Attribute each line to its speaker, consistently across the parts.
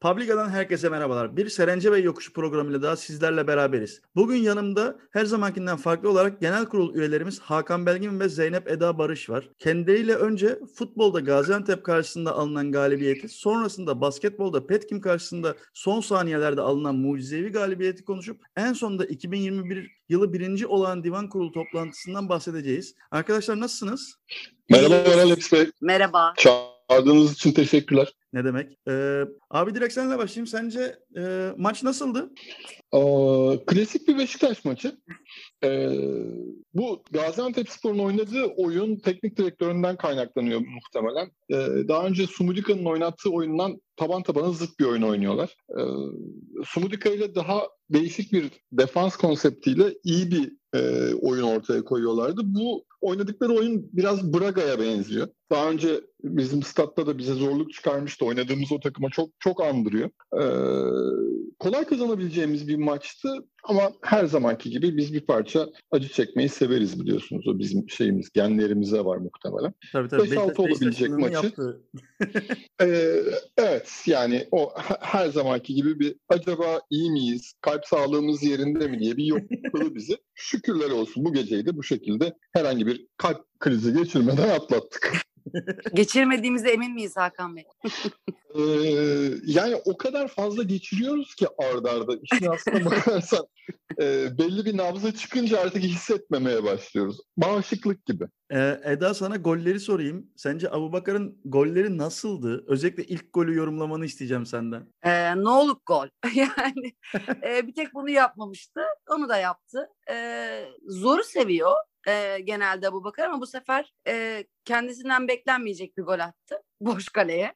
Speaker 1: Publica'dan herkese merhabalar. Bir Serence Bey Yokuşu programıyla daha sizlerle beraberiz. Bugün yanımda her zamankinden farklı olarak genel kurul üyelerimiz Hakan Belgin ve Zeynep Eda Barış var. Kendileriyle önce futbolda Gaziantep karşısında alınan galibiyeti, sonrasında basketbolda Petkim karşısında son saniyelerde alınan mucizevi galibiyeti konuşup en sonunda 2021 yılı birinci olan divan kurulu toplantısından bahsedeceğiz. Arkadaşlar nasılsınız?
Speaker 2: Merhaba Alex Bey.
Speaker 3: Merhaba.
Speaker 2: Çağırdığınız için teşekkürler.
Speaker 1: Ne demek? Abi direkt seninle başlayayım. Sence maç nasıldı?
Speaker 2: Klasik bir Beşiktaş maçı. Bu Gaziantepspor'un oynadığı oyun teknik direktöründen kaynaklanıyor muhtemelen. Daha önce Sumudika'nın oynattığı oyundan taban tabana zıt bir oyun oynuyorlar. Sumudika ile daha değişik bir defans konseptiyle iyi bir oyun ortaya koyuyorlardı. Bu oynadıkları oyun biraz Braga'ya benziyor. Daha önce bizim statta da bize zorluk çıkarmıştı. Oynadığımız o takıma çok andırıyor. Kolay kazanabileceğimiz bir maçtı ama her zamanki gibi biz bir parça acı çekmeyi severiz biliyorsunuz. O bizim şeyimiz, genlerimize var muhtemelen.
Speaker 1: Tabii.
Speaker 2: 5-6 olabilecek maçı. Evet, yani o her zamanki gibi bir acaba iyi miyiz, kalp sağlığımız yerinde mi diye bir yokladı bizi. Şükürler olsun bu geceyi de bu şekilde herhangi bir kalp krizi geçirmeden atlattık.
Speaker 3: Geçirmediğimize emin miyiz Hakan Bey?
Speaker 2: Yani o kadar fazla geçiriyoruz ki ard arda. İşin aslına bakarsan belli bir nabza çıkınca artık hissetmemeye başlıyoruz. Bağışıklık gibi.
Speaker 1: Eda sana golleri sorayım. Sence Abubakar'ın golleri nasıldı? Özellikle ilk golü yorumlamanı isteyeceğim senden.
Speaker 3: Ne olup gol. Yani bir tek bunu yapmamıştı. Onu da yaptı. Zoru seviyor genelde Abubakar ama bu sefer kendisinden beklenmeyecek bir gol attı. Boş kaleye.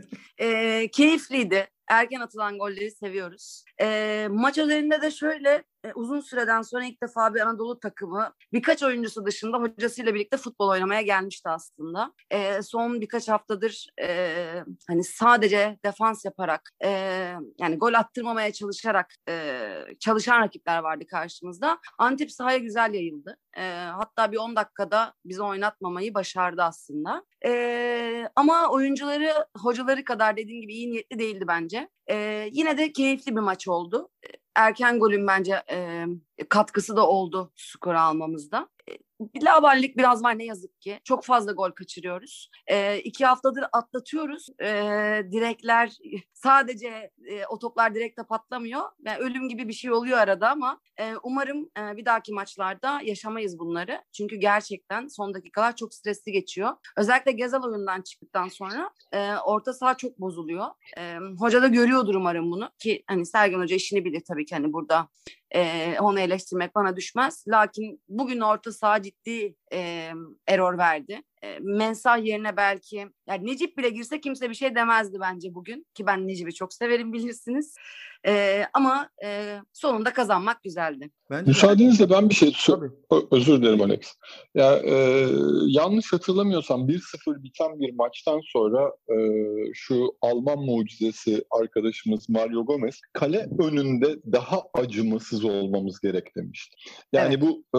Speaker 3: Keyifliydi. Erken atılan golleri seviyoruz. Maç özelinde de şöyle uzun süreden sonra ilk defa bir Anadolu takımı birkaç oyuncusu dışında hocasıyla birlikte futbol oynamaya gelmişti aslında. Son birkaç haftadır hani sadece defans yaparak yani gol attırmamaya çalışarak çalışan rakipler vardı karşımızda. Antep sahaya güzel yayıldı. Hatta bir 10 dakikada bizi oynatmamayı başardı aslında. Ama oyuncuları hocaları kadar dediğim gibi iyi niyetli değildi bence. Yine de keyifli bir maç oldu. Erken golün bence katkısı da oldu skoru almamızda. Bir laubalilik biraz var ne yazık ki. Çok fazla gol kaçırıyoruz. 2 haftadır atlatıyoruz. Direkler sadece o toplar direkte patlamıyor. Yani ölüm gibi bir şey oluyor arada ama umarım bir dahaki maçlarda yaşamayız bunları. Çünkü gerçekten son dakikalar çok stresli geçiyor. Özellikle Gezal oyundan çıktıktan sonra orta saha çok bozuluyor. Hoca da görüyordur umarım bunu ki hani Sergen Hoca işini bilir tabii ki hani burada onu eleştirmek bana düşmez. Lakin bugün orta saha ciddi error verdi. Mensah yerine belki yani Necip bile girse kimse bir şey demezdi bence bugün. Ki ben Necip'i çok severim bilirsiniz. Ama sonunda kazanmak güzeldi.
Speaker 2: Müsaadenizle ben bir şey özür dilerim Alex. Ya, yanlış hatırlamıyorsam 1-0 biten bir maçtan sonra şu Alman mucizesi arkadaşımız Mario Gomez kale önünde daha acımasız olmamız gerek demişti. Yani evet. Bu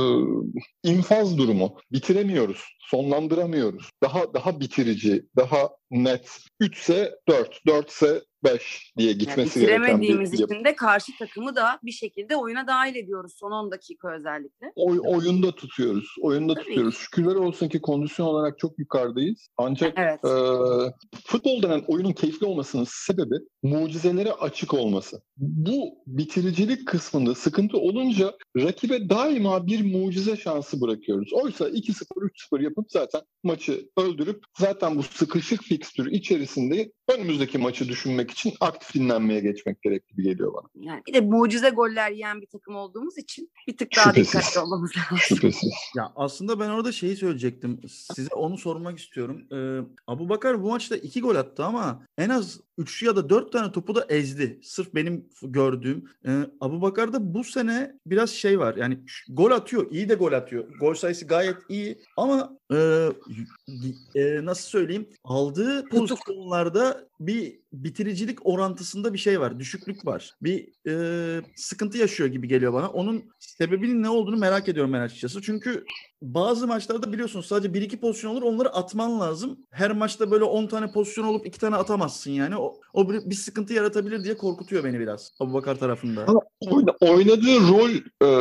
Speaker 2: infaz durumu bitiremiyoruz, sonlandıramıyoruz. Daha bitirici, daha net. 3'se 4, 4'se 5 diye gitmesi gereken bir...
Speaker 3: Bitiremediğimiz için de karşı takımı da bir şekilde oyuna dahil ediyoruz son 10 dakika özellikle.
Speaker 2: Oyunda tutuyoruz. Tutuyoruz. Şükürler olsun ki kondisyon olarak çok yukarıdayız. Ancak evet. Futbol denen oyunun keyifli olmasının sebebi mucizelere açık olması. Bu bitiricilik kısmında sıkıntı olunca rakibe daima bir mucize şansı bırakıyoruz. Oysa 2-0, 3-0 yapıp zaten maçı öldürüp zaten bu sıkışık fikstür içerisinde önümüzdeki maçı düşünmek için aktif dinlenmeye geçmek gerek gibi geliyor bana.
Speaker 3: Yani bir de mucize goller yiyen bir takım olduğumuz için bir tık daha dikkatli olmamız lazım.
Speaker 2: Şüphesiz.
Speaker 1: Ya aslında ben orada şeyi söyleyecektim. Size onu sormak istiyorum. Abubakar bu maçta 2 gol attı ama en az 3 ya da 4 tane topu da ezdi. Sırf benim gördüğüm. Abubakar'da bu sene biraz şey var. Yani gol atıyor. İyi de gol atıyor. Gol sayısı gayet iyi ama nasıl söyleyeyim? Aldığı pozisyonlarda bir bitiricilik orantısında bir şey var. Düşüklük var. Bir sıkıntı yaşıyor gibi geliyor bana. Onun sebebinin ne olduğunu merak ediyorum ben açıkçası. Çünkü bazı maçlarda biliyorsunuz sadece 1-2 pozisyon olur. Onları atman lazım. Her maçta böyle 10 tane pozisyon olup 2 tane atamazsın yani. O bir sıkıntı yaratabilir diye korkutuyor beni biraz Abubakar tarafında.
Speaker 2: Ama oynadığı rol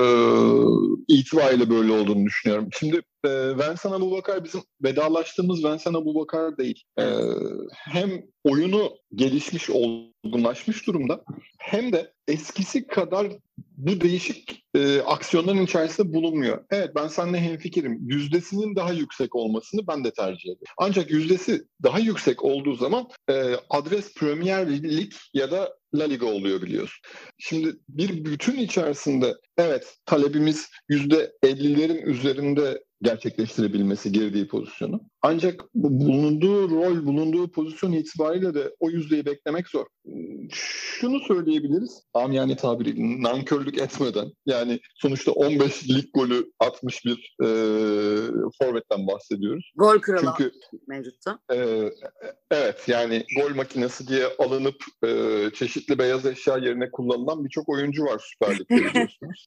Speaker 2: itibariyle böyle olduğunu düşünüyorum. Şimdi Vincent Aboubakar bizim vedalaştığımız Vincent Aboubakar değil. Hem oyunu gelişmiş, olgunlaşmış durumda hem de eskisi kadar bu değişik aksiyonların içerisinde bulunmuyor. Evet, ben seninle hemfikirim. Yüzdesinin daha yüksek olmasını ben de tercih ederim. Ancak yüzdesi daha yüksek olduğu zaman adres Premier Lig ya da La Liga oluyor biliyorsun. Şimdi bir bütün içerisinde evet talebimiz %50'lerin üzerinde gerçekleştirebilmesi girdiği pozisyonu. Ancak bulunduğu rol, bulunduğu pozisyon itibariyle de o yüzdeyi beklemek zor. Şunu söyleyebiliriz, amiyane tabiri nankörlük etmeden, yani sonuçta 15 lig golü atmış bir forvetten bahsediyoruz.
Speaker 3: Gol kralı
Speaker 2: Çünkü
Speaker 3: mevcutta.
Speaker 2: Evet, yani gol makinesi diye alınıp çeşitli beyaz eşya yerine kullanılan birçok oyuncu var Süper Lig'de biliyorsunuz.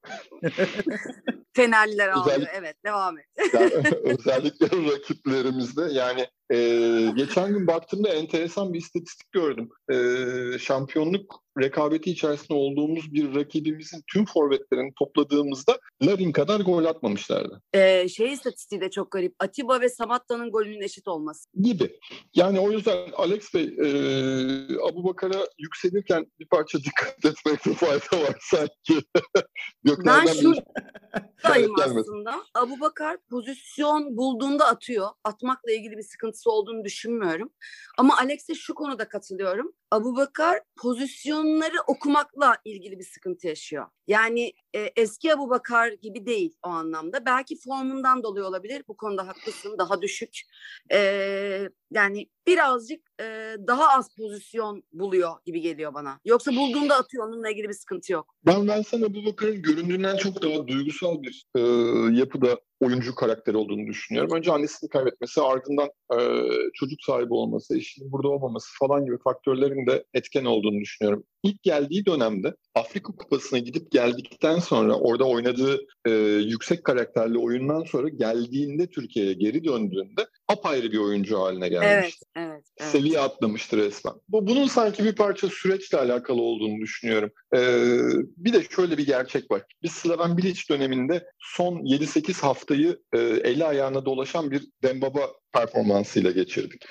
Speaker 3: Fenerliler ağlıyor. Evet, devam et.
Speaker 2: Yani, özellikle rakiplerimizde yani geçen gün baktığımda enteresan bir istatistik gördüm. Şampiyonluk rekabeti içerisinde olduğumuz bir rakibimizin tüm forvetlerini topladığımızda Larin kadar gol atmamışlardı.
Speaker 3: İstatistiği de çok garip. Atiba ve Samatta'nın golünün eşit olması.
Speaker 2: Gibi. Yani o yüzden Alex Bey Abubakar'a yükselirken bir parça dikkat etmekte fayda var sanki.
Speaker 3: Ben şuradayım aslında. Abubakar pozisyon bulduğunda atıyor. Atmakla ilgili bir sıkıntısı olduğunu düşünmüyorum. Ama Alex'e şu konuda katılıyorum. Abubakar pozisyonları okumakla ilgili bir sıkıntı yaşıyor. Yani eski Abubakar gibi değil o anlamda. Belki formundan dolayı olabilir. Bu konuda haklısın. Daha düşük. Yani birazcık daha az pozisyon buluyor gibi geliyor bana. Yoksa bulduğunda atıyor. Onunla ilgili bir sıkıntı yok.
Speaker 2: Ben sana Abubakar'ın göründüğünden çok daha duygusal bir yapıda oyuncu karakteri olduğunu düşünüyorum. Önce annesini kaybetmesi, ardından çocuk sahibi olması, eşinin burada olmaması falan gibi faktörlerin de etken olduğunu düşünüyorum. İlk geldiği dönemde Afrika Kupası'na gidip geldikten sonra orada oynadığı yüksek karakterli oyundan sonra geldiğinde Türkiye'ye geri döndüğünde apayrı bir oyuncu haline gelmişti.
Speaker 3: Evet.
Speaker 2: Seviye atlamıştı resmen. Bunun sanki bir parça süreçle alakalı olduğunu düşünüyorum. Bir de şöyle bir gerçek var. Biz Slaven Bilic döneminde son 7-8 haftayı eli ayağına dolaşan bir Dembaba performansıyla geçirdik.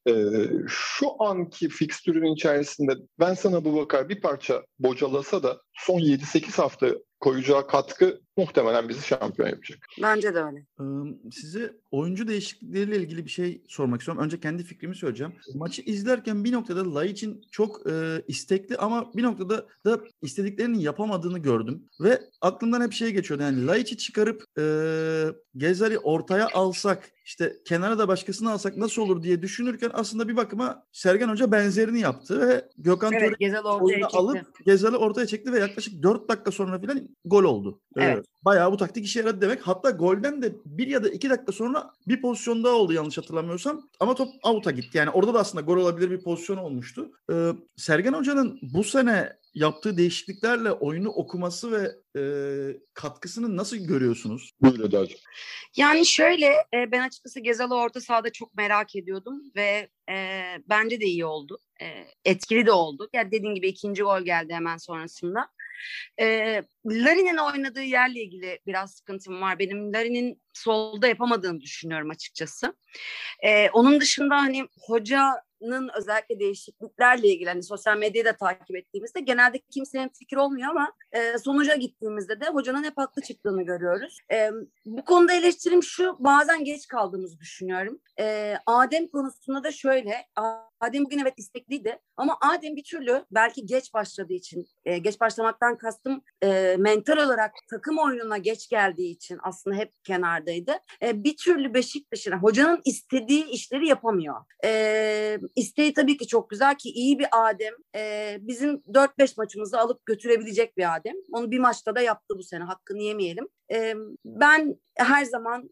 Speaker 2: Şu anki fikstürün içerisinde Vincent Aboubakar bir parça bocalasa da son 7-8 hafta koyacağı katkı muhtemelen bizi şampiyon yapacak.
Speaker 3: Bence de öyle.
Speaker 1: Size oyuncu değişiklikleriyle ilgili bir şey sormak istiyorum. Önce kendi fikrimi söyleyeceğim. Maçı izlerken bir noktada Laiç'in çok istekli ama bir noktada da istediklerini yapamadığını gördüm. Ve aklımdan hep şey geçiyordu. Yani Laiç'i çıkarıp Gezzal'i ortaya alsak, işte kenara da başkasını alsak nasıl olur diye düşünürken aslında bir bakıma Sergen Hoca benzerini yaptı ve Gökhan Töre oyunu alıp Gezzal'i ortaya çekti ve yaklaşık 4 dakika sonra falan gol oldu.
Speaker 3: Evet.
Speaker 1: Bayağı bu taktik işe yaradı demek. Hatta golden de 1 ya da 2 dakika sonra bir pozisyon daha oldu yanlış hatırlamıyorsam. Ama top out'a gitti. Yani orada da aslında gol olabilir bir pozisyon olmuştu. Sergen Hoca'nın bu sene yaptığı değişikliklerle oyunu okuması ve katkısını nasıl görüyorsunuz?
Speaker 2: Buyurun Dağcığım.
Speaker 3: Yani şöyle ben açıkçası Gezzal'ı orta sahada çok merak ediyordum ve bence de iyi oldu. Etkili de oldu. Yani dediğim gibi 2. gol geldi hemen sonrasında. Larin'in oynadığı yerle ilgili biraz sıkıntım var. Benim Larin'in solda yapamadığını düşünüyorum açıkçası. Onun dışında hani hocanın özellikle değişikliklerle ilgili hani sosyal medyayı da takip ettiğimizde genelde kimsenin fikir olmuyor ama sonuca gittiğimizde de hocanın hep haklı çıktığını görüyoruz. Bu konuda eleştirim şu, bazen geç kaldığımızı düşünüyorum. Adem konusunda da şöyle, Adem bugün evet istekliydi ama Adem bir türlü belki geç başladığı için, geç başlamaktan kastım mental olarak takım oyununa geç geldiği için aslında hep kenardaydı. Bir türlü Beşiktaş'ın, hocanın istediği işleri yapamıyor. İsteği tabii ki çok güzel ki iyi bir Adem. Bizim 4-5 maçımızı alıp götürebilecek bir Adem. Onu bir maçta da yaptı bu sene, hakkını yemeyelim. Ben her zaman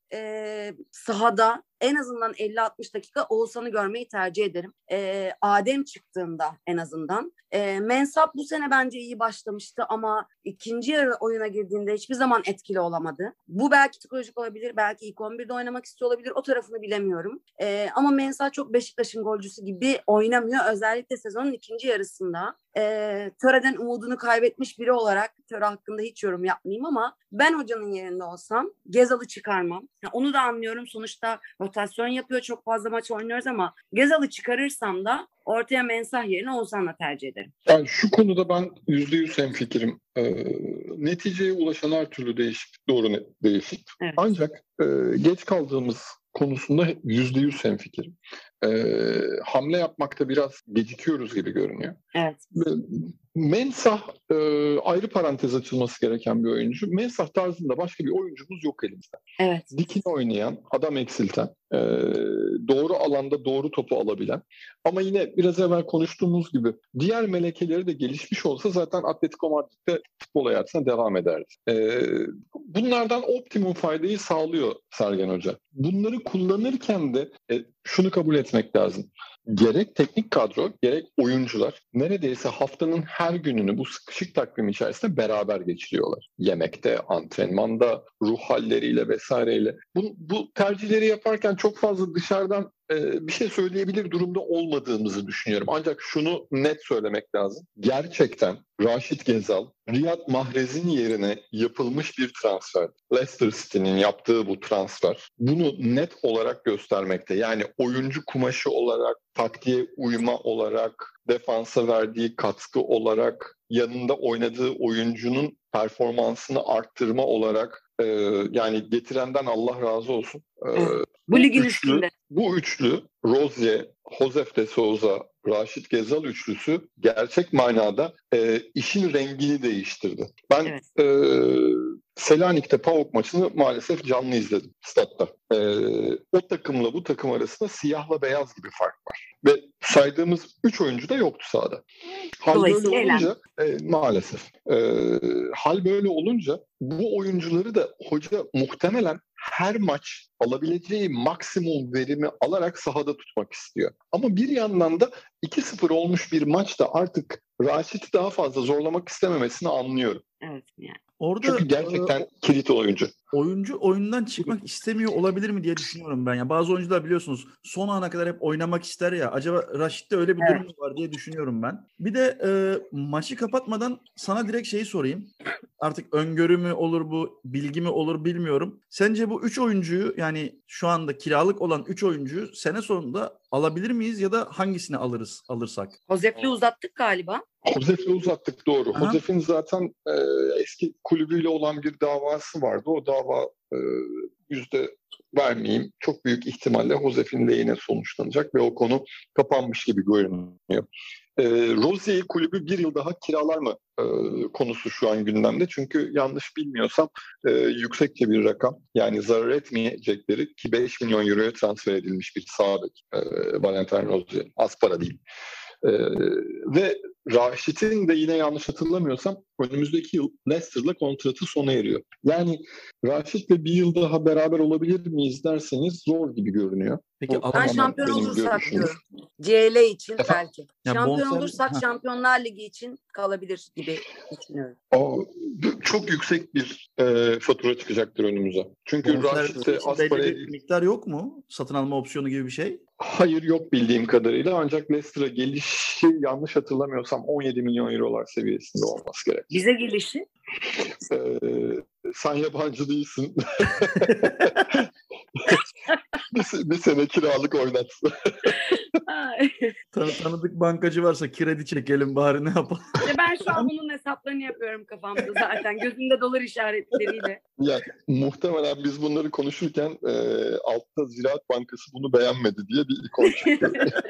Speaker 3: sahada en azından 50-60 dakika Oğuzhan'ı görmeyi tercih ederim. Adem çıktığında en azından. Mensah bu sene bence iyi başlamıştı ama ikinci yarı oyuna girdiğinde hiçbir zaman etkili olamadı. Bu belki psikolojik olabilir, belki ilk 11'de oynamak istiyor olabilir. O tarafını bilemiyorum. Ama Mensah çok Beşiktaş'ın golcüsü gibi oynamıyor. Özellikle sezonun ikinci yarısında. Töre'den umudunu kaybetmiş biri olarak Töre hakkında hiç yorum yapmayayım ama ben hocanın yerinde olsam Gezal'ı çıkarmam. Onu da anlıyorum. Sonuçta rotasyon yapıyor. Çok fazla maç oynuyoruz ama Gezal'ı çıkarırsam da ortaya Mensah yerine Oğuzhan'la tercih ederim.
Speaker 2: Yani şu konuda ben %100 hemfikirim. Neticeye ulaşan her türlü değişiklik doğru değişik.
Speaker 3: Evet.
Speaker 2: Ancak geç kaldığımız konusunda %100 hemfikirim. Hamle yapmakta biraz gecikiyoruz gibi görünüyor.
Speaker 3: Evet.
Speaker 2: Mensah ayrı parantez açılması gereken bir oyuncu. Mensah tarzında başka bir oyuncumuz yok elimizde.
Speaker 3: Evet.
Speaker 2: Dikine oynayan, adam eksilten, doğru alanda doğru topu alabilen. Ama yine biraz evvel konuştuğumuz gibi diğer melekeleri de gelişmiş olsa zaten Atletico Madrid'de futbol hayatına devam ederdi. Bunlardan optimum faydayı sağlıyor Sergen Hoca. Bunları kullanırken de şunu kabul etmek lazım. Gerek teknik kadro, gerek oyuncular neredeyse haftanın her gününü bu sıkışık takvim içerisinde beraber geçiriyorlar. Yemekte, antrenmanda, ruh halleriyle vesaireyle. Bu tercihleri yaparken çok fazla dışarıdan bir şey söyleyebilir durumda olmadığımızı düşünüyorum. Ancak şunu net söylemek lazım. Gerçekten Raşit Gezal, Riyad Mahrez'in yerine yapılmış bir transfer. Leicester City'nin yaptığı bu transfer bunu net olarak göstermekte. Yani oyuncu kumaşı olarak, taktiğe uyma olarak, defansa verdiği katkı olarak, yanında oynadığı oyuncunun performansını arttırma olarak yani getirenden Allah razı olsun.
Speaker 3: Bu ligin üstünde.
Speaker 2: Bu üçlü Rozier, Josef de Souza, Raşit Gezal üçlüsü gerçek manada işin rengini değiştirdi. Ben Selanik'te PAOK maçını maalesef canlı izledim statta. O takımla bu takım arasında siyahla beyaz gibi fark var. Ve saydığımız 3 oyuncu da yoktu sahada. Hal böyle olunca maalesef. Hal böyle olunca bu oyuncuları da hoca muhtemelen her maç alabileceği maksimum verimi alarak sahada tutmak istiyor. Ama bir yandan da 2-0 olmuş bir maçta artık Raşit'i daha fazla zorlamak istememesini anlıyorum.
Speaker 3: Evet yani.
Speaker 1: Orada
Speaker 2: çünkü gerçekten kilit oyuncu.
Speaker 1: Oyuncu oyundan çıkmak istemiyor olabilir mi diye düşünüyorum ben. Ya bazı oyuncular biliyorsunuz son ana kadar hep oynamak ister ya. Acaba Raşit'te öyle bir durum var diye düşünüyorum ben. Bir de maçı kapatmadan sana direkt şeyi sorayım. Artık öngörü mü olur bu, bilgi mi olur bilmiyorum. Sence bu 3 oyuncuyu, yani şu anda kiralık olan 3 oyuncuyu sene sonunda alabilir miyiz ya da hangisini alırsak?
Speaker 3: Josef'le uzattık galiba.
Speaker 2: Josef'le uzattık, doğru.
Speaker 1: Aha.
Speaker 2: Josef'in zaten eski kulübüyle olan bir davası vardı. O dava yüzde vermeyeyim. Çok büyük ihtimalle Josef'in lehine sonuçlanacak ve o konu kapanmış gibi görünüyor. Rozier'i kulübü bir yıl daha kiralar mı konusu şu an gündemde. Çünkü yanlış bilmiyorsam yüksekçe bir rakam. Yani zarar etmeyecekleri, ki 5 milyon euroya transfer edilmiş bir sağ bek Valentin Rozier. Az para değil. Ve Raşit'in de yine yanlış hatırlamıyorsam önümüzdeki yıl Leicester'la kontratı sona eriyor. Yani Raşit'le bir yıl daha beraber olabilir miyiz derseniz zor gibi görünüyor.
Speaker 1: Peki,
Speaker 3: ben şampiyon olursak diyorum. CL için belki. Ya şampiyon olursak Şampiyonlar Ligi için kalabilir gibi düşünüyorum.
Speaker 2: Çok yüksek bir fatura çıkacaktır önümüze. Çünkü Raşit'te az para...
Speaker 1: bir miktar yok mu? Satın alma opsiyonu gibi bir şey?
Speaker 2: Hayır, yok bildiğim kadarıyla. Ancak Leicester'a gelişi yanlış hatırlamıyorsam 17 milyon eurolar seviyesinde olması gerek.
Speaker 3: Bize gelişi?
Speaker 2: Sen yabancı değilsin. bir sene kiralık oynat.
Speaker 1: Tanıdık bankacı varsa kredi çekelim bari, ne yapalım?
Speaker 3: Ben şu an onun hesaplarını yapıyorum kafamda zaten. Gözümde dolar işaretleriyle.
Speaker 2: Yani muhtemelen biz bunları konuşurken altta Ziraat Bankası bunu beğenmedi diye bir ikon çıktı.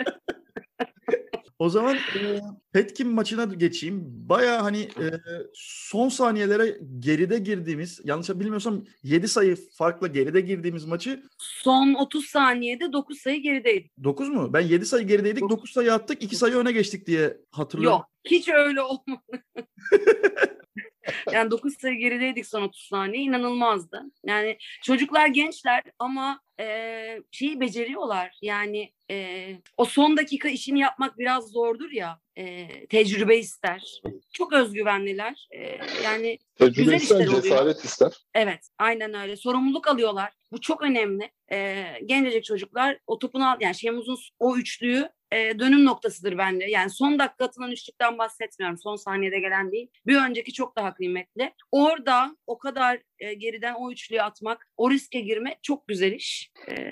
Speaker 1: O zaman Petkim maçına geçeyim. Baya hani son saniyelere geride girdiğimiz, yanlış bilmiyorsam 7 sayı farkla geride girdiğimiz maçı...
Speaker 3: Son 30 saniyede 9 sayı gerideydik.
Speaker 1: 9 mu? Ben 7 sayı gerideydik, 9 sayı attık, 2 sayı öne geçtik diye hatırlıyorum.
Speaker 3: Yok, hiç öyle olmadı. Yani 9 sayı gerideydik son 30 saniye. İnanılmazdı. Yani çocuklar gençler ama şeyi beceriyorlar. Yani o son dakika işini yapmak biraz zordur ya. Tecrübe ister. Çok özgüvenliler. Yani
Speaker 2: Tecrübe
Speaker 3: güzel
Speaker 2: ister,
Speaker 3: işler oluyor.
Speaker 2: cesaret ister.
Speaker 3: Evet, aynen öyle. Sorumluluk alıyorlar. Bu çok önemli. Gencecik çocuklar o topun yani Şemuz'un o üçlüğü dönüm noktasıdır bence. Yani son dakika atılan üçlükten bahsetmiyorum. Son saniyede gelen değil. Bir önceki çok daha kıymetli. Orada o kadar geriden o üçlüyü atmak, o riske girmek çok güzel iş.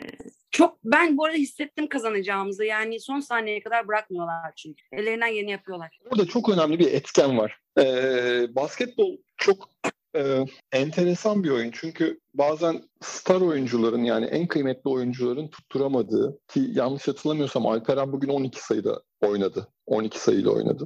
Speaker 3: Ben bu arada hissettim kazanacağımızı. Yani son saniyeye kadar bırakmıyorlar çünkü. Ellerinden geleni yapıyorlar.
Speaker 2: Burada çok önemli bir etken var. Basketbol çok enteresan bir oyun. Çünkü bazen star oyuncuların, yani en kıymetli oyuncuların tutturamadığı, ki yanlış hatırlamıyorsam Alperen bugün 12 sayıda oynadı. 12 sayıyla oynadı.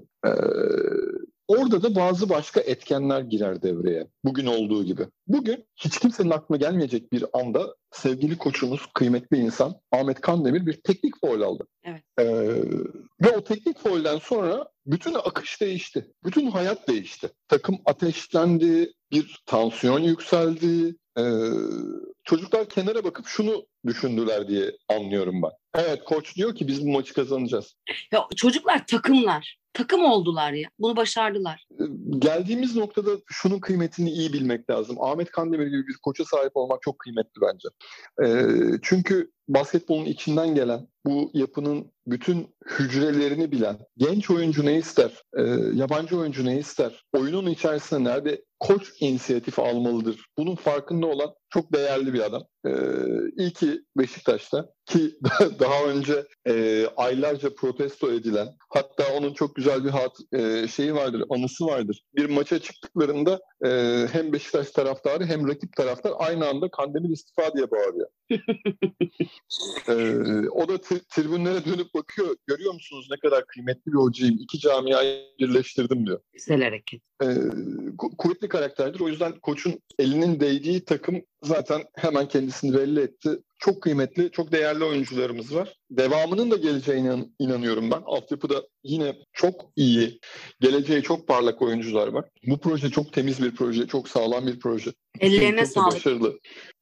Speaker 2: Orada da bazı başka etkenler girer devreye. Bugün olduğu gibi. Bugün hiç kimsenin aklına gelmeyecek bir anda sevgili koçumuz, kıymetli insan Ahmet Kandemir bir teknik faul aldı.
Speaker 3: Evet.
Speaker 2: Ve o teknik faulden sonra bütün akış değişti. Bütün hayat değişti. Takım ateşlendi, bir tansiyon yükseldi. Çocuklar kenara bakıp şunu düşündüler diye anlıyorum ben. Evet, koç diyor ki biz bu maçı kazanacağız.
Speaker 3: Ya, çocuklar takımlar. Takım oldular ya. Bunu başardılar.
Speaker 2: Geldiğimiz noktada şunun kıymetini iyi bilmek lazım. Ahmet Kandemir gibi bir koça sahip olmak çok kıymetli bence. Çünkü basketbolun içinden gelen, bu yapının bütün hücrelerini bilen, genç oyuncu ne ister, yabancı oyuncu ne ister, oyunun içerisinde nerede koç inisiyatif almalıdır, bunun farkında olan çok değerli bir adam. İyi ki Beşiktaş'ta, ki daha önce aylarca protesto edilen, hatta onun çok güzel bir şeyi vardır, anısı vardır. Bir maça çıktıklarında hem Beşiktaş taraftarı hem rakip taraftar aynı anda Kandemir istifa diye bağırıyor. O da tribünlere dönüp bakıyor. Görüyor musunuz ne kadar kıymetli bir hocayım. İki camiayı birleştirdim diyor.
Speaker 3: Güzel hareket.
Speaker 2: Kuvvetli karakterdir. O yüzden koçun elinin değdiği takım zaten hemen kendisini belli etti. Çok kıymetli, çok değerli oyuncularımız var. Devamının da geleceğine inanıyorum ben. Altyapıda yine çok iyi, geleceği çok parlak oyuncular var. Bu proje çok temiz bir proje, çok sağlam bir proje.
Speaker 3: Ellerine
Speaker 2: çok
Speaker 3: sağlık.
Speaker 2: Başarılı.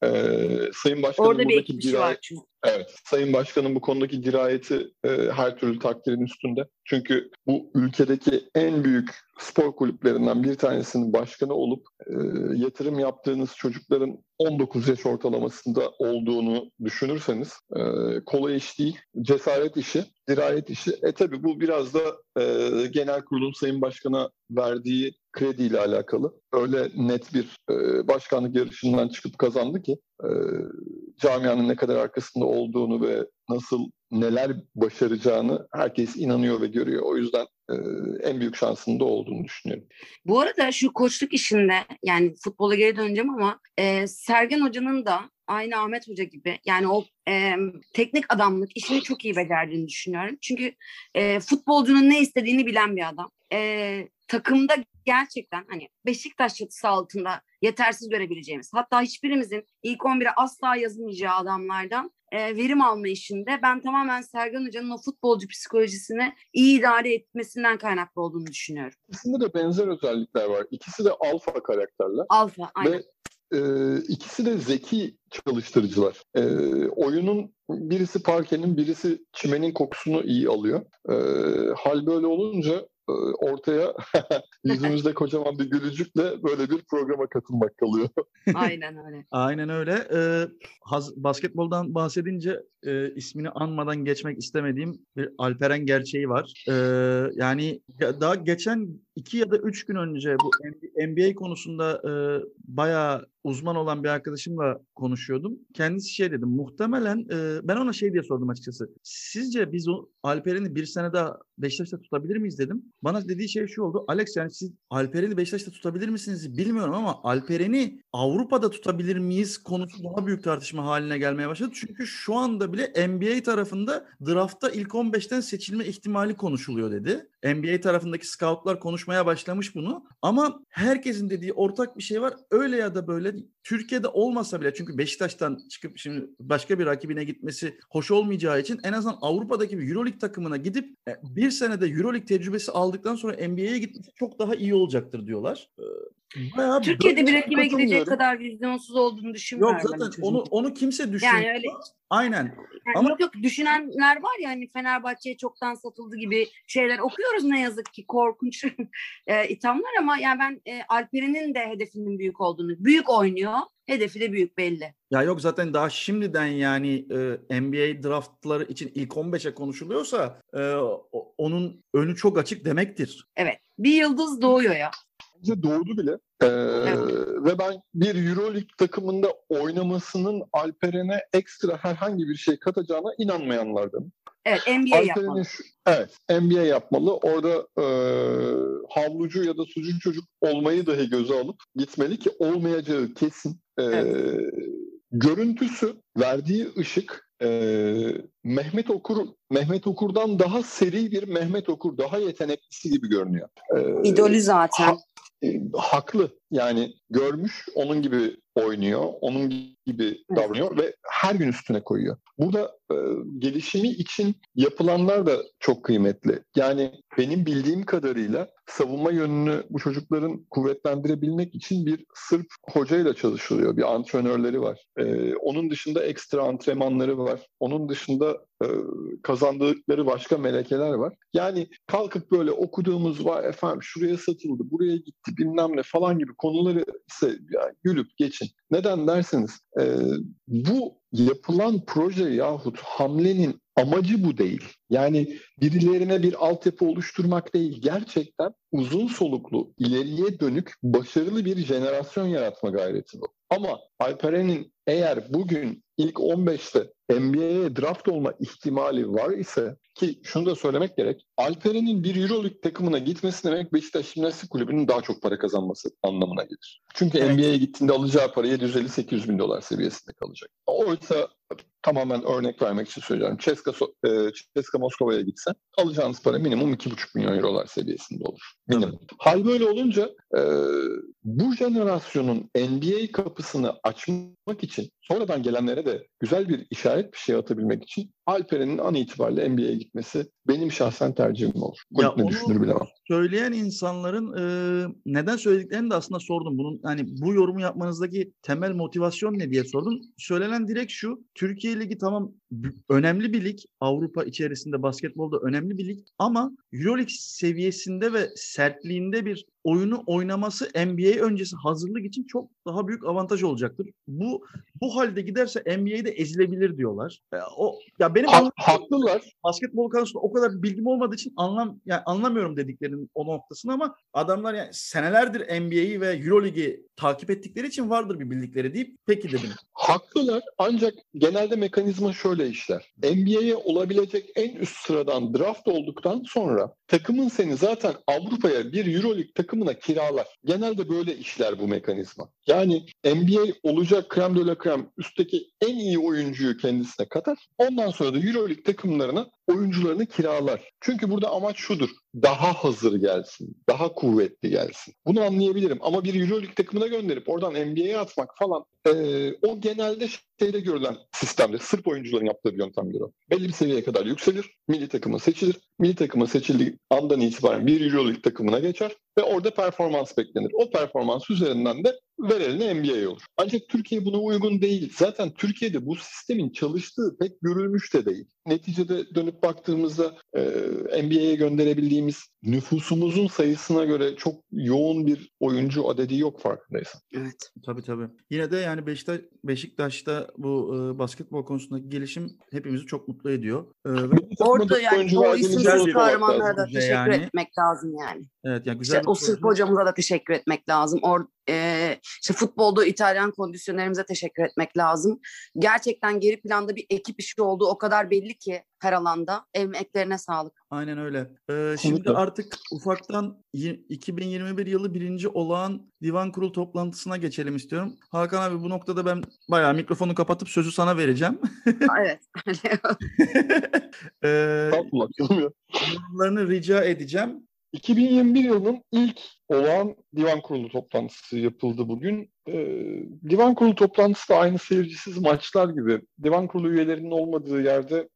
Speaker 2: Sayın Başkanım
Speaker 3: Orada bir
Speaker 2: buradaki
Speaker 3: ekip işi var çünkü.
Speaker 2: Evet, Sayın Başkan'ın bu konudaki dirayeti her türlü takdirin üstünde. Çünkü bu ülkedeki en büyük spor kulüplerinden bir tanesinin başkanı olup yatırım yaptığınız çocukların 19 yaş ortalamasında olduğunu düşünürseniz kolay iş değil, cesaret işi, dirayet işi. Tabii bu biraz da genel kurulun Sayın Başkan'a verdiği krediyle alakalı. Öyle net bir başkanlık yarışından çıkıp kazandı ki camianın ne kadar arkasında olduğunu ve neler başaracağını herkes inanıyor ve görüyor. O yüzden en büyük şansının da olduğunu düşünüyorum.
Speaker 3: Bu arada şu koçluk işinde, yani futbola geri döneceğim ama Sergen Hoca'nın da aynı Ahmet Hoca gibi, yani o teknik adamlık işini çok iyi becerdiğini düşünüyorum. Çünkü futbolcunun ne istediğini bilen bir adam. Takımda gerçekten hani Beşiktaş çatısı altında yetersiz görebileceğimiz, hatta hiçbirimizin ilk 11'e asla yazılmayacağı adamlardan verim alma işinde ben tamamen Sergen Hoca'nın o futbolcu psikolojisini iyi idare etmesinden kaynaklı olduğunu düşünüyorum.
Speaker 2: İkisinde de benzer özellikler var. İkisi de alfa karakterler.
Speaker 3: Alfa, aynen.
Speaker 2: Ve ikisi de zeki çalıştırıcılar. Oyunun birisi parkenin, birisi çimenin kokusunu iyi alıyor. Hal böyle olunca ortaya yüzümüzde kocaman bir gülücükle böyle bir programa katılmak kalıyor.
Speaker 3: Aynen öyle.
Speaker 1: Aynen öyle. Basketboldan bahsedince ismini anmadan geçmek istemediğim bir Alperen gerçeği var. Yani daha geçen 2 ya da 3 gün önce bu NBA konusunda bayağı uzman olan bir arkadaşımla konuşuyordum. Kendisi şey dedi, muhtemelen ben ona şey diye sordum açıkçası. Sizce biz o Alperen'i bir sene daha Beşiktaş'ta tutabilir miyiz dedim. Bana dediği şey şu oldu. Alex, yani siz Alperen'i Beşiktaş'ta tutabilir misiniz bilmiyorum ama Alperen'i Avrupa'da tutabilir miyiz konusu daha büyük tartışma haline gelmeye başladı. Çünkü şu anda bile NBA tarafında draftta ilk 15'ten seçilme ihtimali konuşuluyor dedi. NBA tarafındaki scoutlar konuşmaya başlamış bunu. Ama herkesin dediği ortak bir şey var. Öyle ya da böyle Türkiye'de olmasa bile, çünkü Beşiktaş'tan çıkıp şimdi başka bir rakibine gitmesi hoş olmayacağı için en azından Avrupa'daki bir Euroleague takımına gidip bir senede Euroleague tecrübesi aldıktan sonra NBA'ye gitmesi çok daha iyi olacaktır diyorlar. Bayağı
Speaker 3: Türkiye'de
Speaker 1: böyle
Speaker 3: bir
Speaker 1: bir
Speaker 3: rakibe gidecek
Speaker 2: katılmıyorum.
Speaker 3: kadar vizyonsuz olduğunu
Speaker 1: yok
Speaker 3: düşünmüyorum ben
Speaker 1: zaten
Speaker 3: o çocuğun.
Speaker 1: onu kimse düşünmüyor.
Speaker 3: Yani öyle
Speaker 1: Aynen.
Speaker 3: yani
Speaker 1: Ama
Speaker 3: yok düşünenler var ya hani Fenerbahçe'ye çoktan satıldı gibi şeyler okuyoruz ne yazık ki korkunç ithamlar ama yani ben Alperen'in de hedefinin büyük olduğunu, büyük oynuyor, hedefi de büyük belli.
Speaker 1: ya yok zaten daha şimdiden yani NBA draftları için ilk 15'e konuşuluyorsa onun önü çok açık demektir.
Speaker 3: Evet, bir yıldız doğuyor ya.
Speaker 2: Bence doğdu bile.
Speaker 3: Evet.
Speaker 2: Ve ben bir Euroleague takımında oynamasının Alperen'e ekstra herhangi bir şey katacağına inanmayanlardanım.
Speaker 3: Evet, NBA yapmalı.
Speaker 2: Evet, NBA yapmalı. Orada havlucu ya da sucuk çocuk olmayı dahi göze alıp gitmeli ki olmayacağı kesin.
Speaker 3: Evet.
Speaker 2: Görüntüsü, verdiği ışık Mehmet Okur'dan daha seri bir Mehmet Okur, daha yeteneklisi gibi görünüyor.
Speaker 3: İdolü zaten.
Speaker 2: Haklı. Yani görmüş, onun gibi oynuyor, onun gibi davranıyor ve her gün üstüne koyuyor. Burada gelişimi için yapılanlar da çok kıymetli. Yani benim bildiğim kadarıyla savunma yönünü bu çocukların kuvvetlendirebilmek için bir Sırp hocayla çalışılıyor. Bir antrenörleri var. Onun dışında ekstra antrenmanları var. Onun dışında kazandıkları başka melekeler var. Yani kalkıp böyle okuduğumuz var efendim şuraya satıldı, buraya gitti bilmem ne falan gibi konuları ise yani gülüp geçin. Neden derseniz bu yapılan proje yahut hamlenin amacı bu değil. Yani birilerine bir altyapı oluşturmak değil. Gerçekten uzun soluklu, ileriye dönük, başarılı bir jenerasyon yaratma gayreti bu. Ama Alperen'in eğer bugün ilk 15'te NBA'ye draft olma ihtimali var ise ki şunu da söylemek gerek. Alperen'in bir Euroleague takımına gitmesi demek Beşiktaş Jimnastik Kulübü'nün daha çok para kazanması anlamına gelir. Çünkü
Speaker 1: Evet.
Speaker 2: NBA'ye gittiğinde alacağı para 750-800 bin dolar seviyesinde kalacak. Oysa tamamen örnek vermek için söylüyorum. CSKA Moskova'ya gitsen alacağınız para minimum 2,5 milyon eurolar seviyesinde olur. Minimum. Hal böyle olunca bu jenerasyonun NBA kapısını açmak için sonradan gelenlere de güzel bir işaret bir şey atabilmek için Alperen'in an itibariyle NBA'ye gitmesi benim şahsen tercihim olur.
Speaker 1: Ya
Speaker 2: Kulüp ne düşünür bilemem.
Speaker 1: Söyleyen insanların neden söylediklerini de aslında sordum. Bunun hani bu yorumu yapmanızdaki temel motivasyon ne diye sordum. Söylenen direkt şu. Türkiye Ligi tamam önemli bir lig. Avrupa içerisinde basketbolda önemli bir lig. Ama Euroleague seviyesinde ve sertliğinde bir oyunu oynaması NBA öncesi hazırlık için çok daha büyük avantaj olacaktır. Bu halde giderse NBA'de ezilebilir diyorlar. Benim
Speaker 2: haklılar.
Speaker 1: Basketbol konusunda o kadar bilgim olmadığı için anlamıyorum dediklerinin o noktasını ama adamlar yani senelerdir NBA'yi ve Euroleague'i takip ettikleri için vardır bir bildikleri deyip peki dedim.
Speaker 2: Haklılar ancak genelde mekanizma şöyle işler. NBA'ye olabilecek en üst sıradan draft olduktan sonra takımın seni zaten Avrupa'ya bir Euroleague takımına kiralar. Genelde böyle işler bu mekanizma. Yani NBA olacak krem de la krem üstteki en iyi oyuncuyu kendisine katar. Ondan sonra da Euroleague takımlarına oyuncularını kiralar. Çünkü burada amaç şudur. Daha hazır gelsin. Daha kuvvetli gelsin. Bunu anlayabilirim. Ama bir Euroleague takımına gönderip oradan NBA'ye atmak falan o genelde şeyde görülen sistemde. Sırp oyuncuların yaptığı bir yöntemdir o. Belli bir seviyeye kadar yükselir. Milli takıma seçilir. Milli takıma seçildiği andan itibaren bir Euroleague takımına geçer ve orada performans beklenir. O performans üzerinden de vereline NBA olur. Ancak Türkiye buna uygun değil. Zaten Türkiye'de bu sistemin çalıştığı pek görülmüş de değil. Neticede dönüp baktığımızda NBA'ye gönderebildiğimiz nüfusumuzun sayısına göre çok yoğun bir oyuncu adedi yok farkındaysan.
Speaker 3: Evet.
Speaker 1: Tabii. Yine de yani Beşiktaş'ta bu basketbol konusundaki gelişim hepimizi çok mutlu ediyor.
Speaker 3: Orada yani o isimsiz kahramanlara da teşekkür
Speaker 1: yani
Speaker 3: etmek lazım yani.
Speaker 1: Evet, yani güzel
Speaker 3: İşte o Sırp hocamıza da teşekkür etmek lazım. İşte futbolda İtalyan kondisyonerimize teşekkür etmek lazım. Gerçekten geri planda bir ekip işi olduğu o kadar belli ki her alanda. Emeklerine sağlık.
Speaker 1: Aynen öyle. Şimdi artık ufaktan 2021 yılı 1. olağan divan kurulu toplantısına geçelim istiyorum. Hakan abi bu noktada ben bayağı mikrofonu kapatıp sözü sana vereceğim.
Speaker 3: Evet.
Speaker 1: Yorumlarını rica edeceğim.
Speaker 2: 2021 yılının ilk olağan divan kurulu toplantısı yapıldı bugün. Divan kurulu toplantısı da aynı seyircisiz maçlar gibi. Divan kurulu üyelerinin olmadığı yerde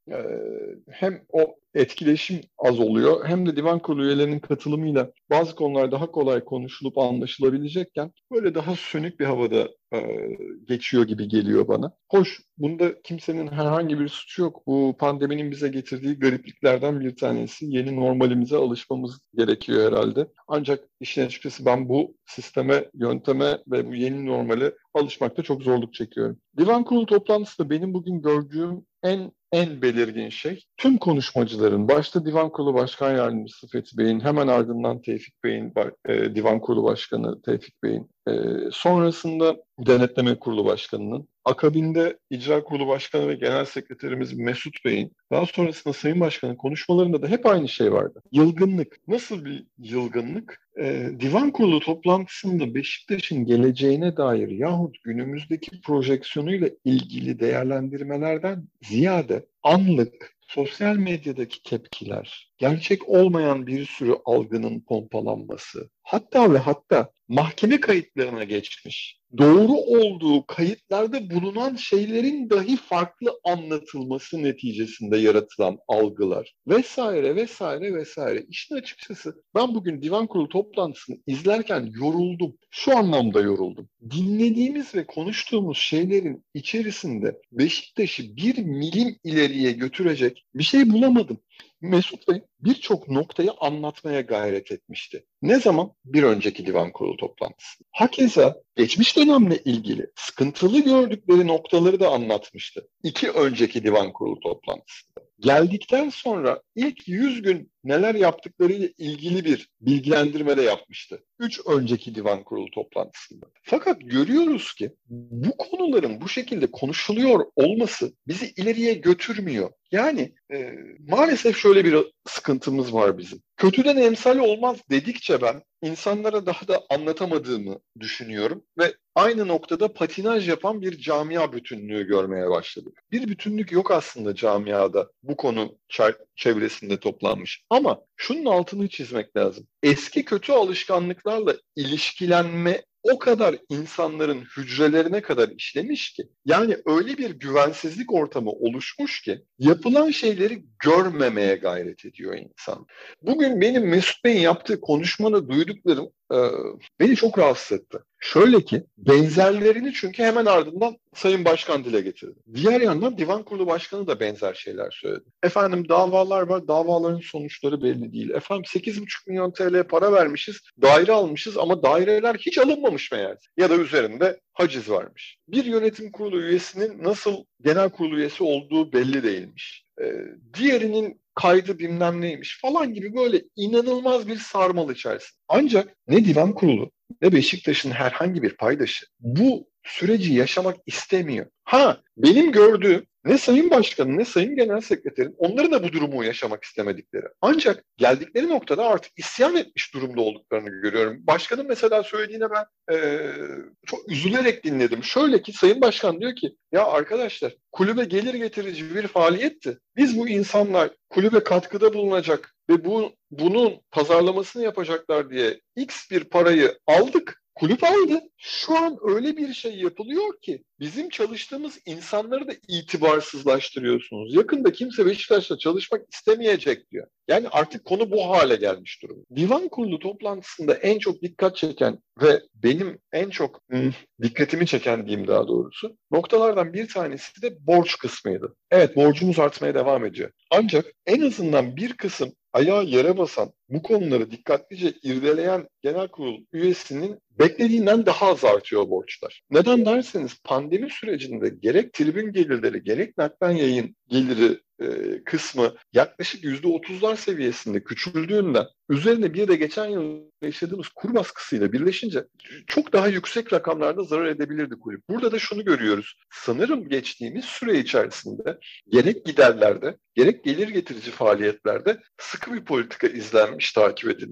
Speaker 2: hem o etkileşim az oluyor hem de divan kurulu üyelerinin katılımıyla bazı konular daha kolay konuşulup anlaşılabilecekken böyle daha sönük bir havada geçiyor gibi geliyor bana. Hoş, bunda kimsenin herhangi bir suçu yok. Bu pandeminin bize getirdiği garipliklerden bir tanesi. Yeni normalimize alışmamız gerekiyor herhalde. Ancak işin açıkçası ben bu sisteme, yönteme ve bu yeni normale alışmakta çok zorluk çekiyorum. Divan kurulu toplantısı da benim bugün gördüğüm en belirgin şey, tüm konuşmacıların, başta Divan Kurulu Başkan Yardımcısı Fethi Bey'in, hemen ardından Tevfik Bey'in, Divan Kurulu Başkanı Tevfik Bey'in, sonrasında Denetleme Kurulu Başkanı'nın, akabinde İcra Kurulu Başkanı ve Genel Sekreterimiz Mesut Bey'in, daha sonrasında Sayın Başkan'ın konuşmalarında da hep aynı şey vardı. Yılgınlık. Nasıl bir yılgınlık? Divan Kurulu toplantısında Beşiktaş'ın geleceğine dair yahut günümüzdeki projeksiyonuyla ilgili değerlendirmelerden ziyade anlık sosyal medyadaki tepkiler, gerçek olmayan bir sürü algının pompalanması, hatta ve hatta mahkeme kayıtlarına geçmiş, doğru olduğu kayıtlarda bulunan şeylerin dahi farklı anlatılması neticesinde yaratılan algılar vesaire vesaire vesaire. İşin açıkçası ben bugün Divan Kurulu toplantısını izlerken yoruldum. Şu anlamda yoruldum. Dinlediğimiz ve konuştuğumuz şeylerin içerisinde Beşiktaş'ı bir milim ileriye götürecek bir şey bulamadım. Mesut Bey birçok noktayı anlatmaya gayret etmişti. Ne zaman? Bir önceki Divan Kurulu toplantısı. Hakeza geçmiş dönemle ilgili sıkıntılı gördükleri noktaları da anlatmıştı. 2 önceki Divan Kurulu toplantısında. Geldikten sonra ilk 100 gün neler yaptıklarıyla ilgili bir bilgilendirme de yapmıştı. 3 önceki Divan Kurulu toplantısında. Fakat görüyoruz ki bu konuların bu şekilde konuşuluyor olması bizi ileriye götürmüyor. Yani maalesef şöyle bir sıkıntımız var bizim. Kötüden emsal olmaz dedikçe ben insanlara daha da anlatamadığımı düşünüyorum ve aynı noktada patinaj yapan bir camia bütünlüğü görmeye başladık. Bir bütünlük yok aslında camiada bu konu çevresinde toplanmış. Ama şunun altını çizmek lazım. Eski kötü alışkanlıklarla ilişkilenme o kadar insanların hücrelerine kadar işlemiş ki, yani öyle bir güvensizlik ortamı oluşmuş ki yapılan şeyleri görmemeye gayret ediyor insan. Bugün benim Mesut Bey'in yaptığı konuşmanı duyduklarım beni çok rahatsız etti. Şöyle ki benzerlerini çünkü hemen ardından Sayın Başkan dile getirdi. Diğer yandan Divan Kurulu Başkanı da benzer şeyler söyledi. Efendim davalar var, davaların sonuçları belli değil. Efendim 8,5 milyon TL para vermişiz, daire almışız ama daireler hiç alınmamış meğer. Ya da üzerinde haciz varmış. Bir yönetim kurulu üyesinin nasıl genel kurulu üyesi olduğu belli değilmiş. Diğerinin kaydı bilmem neymiş falan gibi böyle inanılmaz bir sarmal içerisinde. Ancak ne Divan Kurulu ne Beşiktaş'ın herhangi bir paydaşı bu süreci yaşamak istemiyor. Benim gördüğüm ne Sayın Başkan'ın ne Sayın Genel Sekreterin onların da bu durumu yaşamak istemedikleri. Ancak geldikleri noktada artık isyan etmiş durumda olduklarını görüyorum. Başkanın mesela söylediğine ben çok üzülerek dinledim. Şöyle ki Sayın Başkan diyor ki ya arkadaşlar kulübe gelir getirici bir faaliyetti. Biz bu insanlar kulübe katkıda bulunacak ve bunun pazarlamasını yapacaklar diye X bir parayı aldık. Kulüp aldı. Şu an öyle bir şey yapılıyor ki bizim çalıştığımız insanları da itibarsızlaştırıyorsunuz. Yakında kimse Beşiktaş'la çalışmak istemeyecek diyor. Yani artık konu bu hale gelmiş durumda. Divan Kurulu toplantısında en çok dikkat çeken ve benim en çok dikkatimi çeken diyeyim daha doğrusu noktalardan bir tanesi de borç kısmıydı. Evet borcumuz artmaya devam ediyor. Ancak en azından bir kısım ayağı yere basan, bu konuları dikkatlice irdeleyen genel kurul üyesinin beklediğinden daha az artıyor borçlar. Neden derseniz pandemi sürecinde gerek tribün gelirleri gerek naklen yayın geliri kısmı yaklaşık %30'lar seviyesinde küçüldüğünden üzerine bir de geçen yıl yaşadığımız kur baskısıyla birleşince çok daha yüksek rakamlarda zarar edebilirdi kulüp. Burada da şunu görüyoruz. Sanırım geçtiğimiz süre içerisinde gerek giderlerde gerek gelir getirici faaliyetlerde sıkı bir politika izlenmiş, takip edilmiş.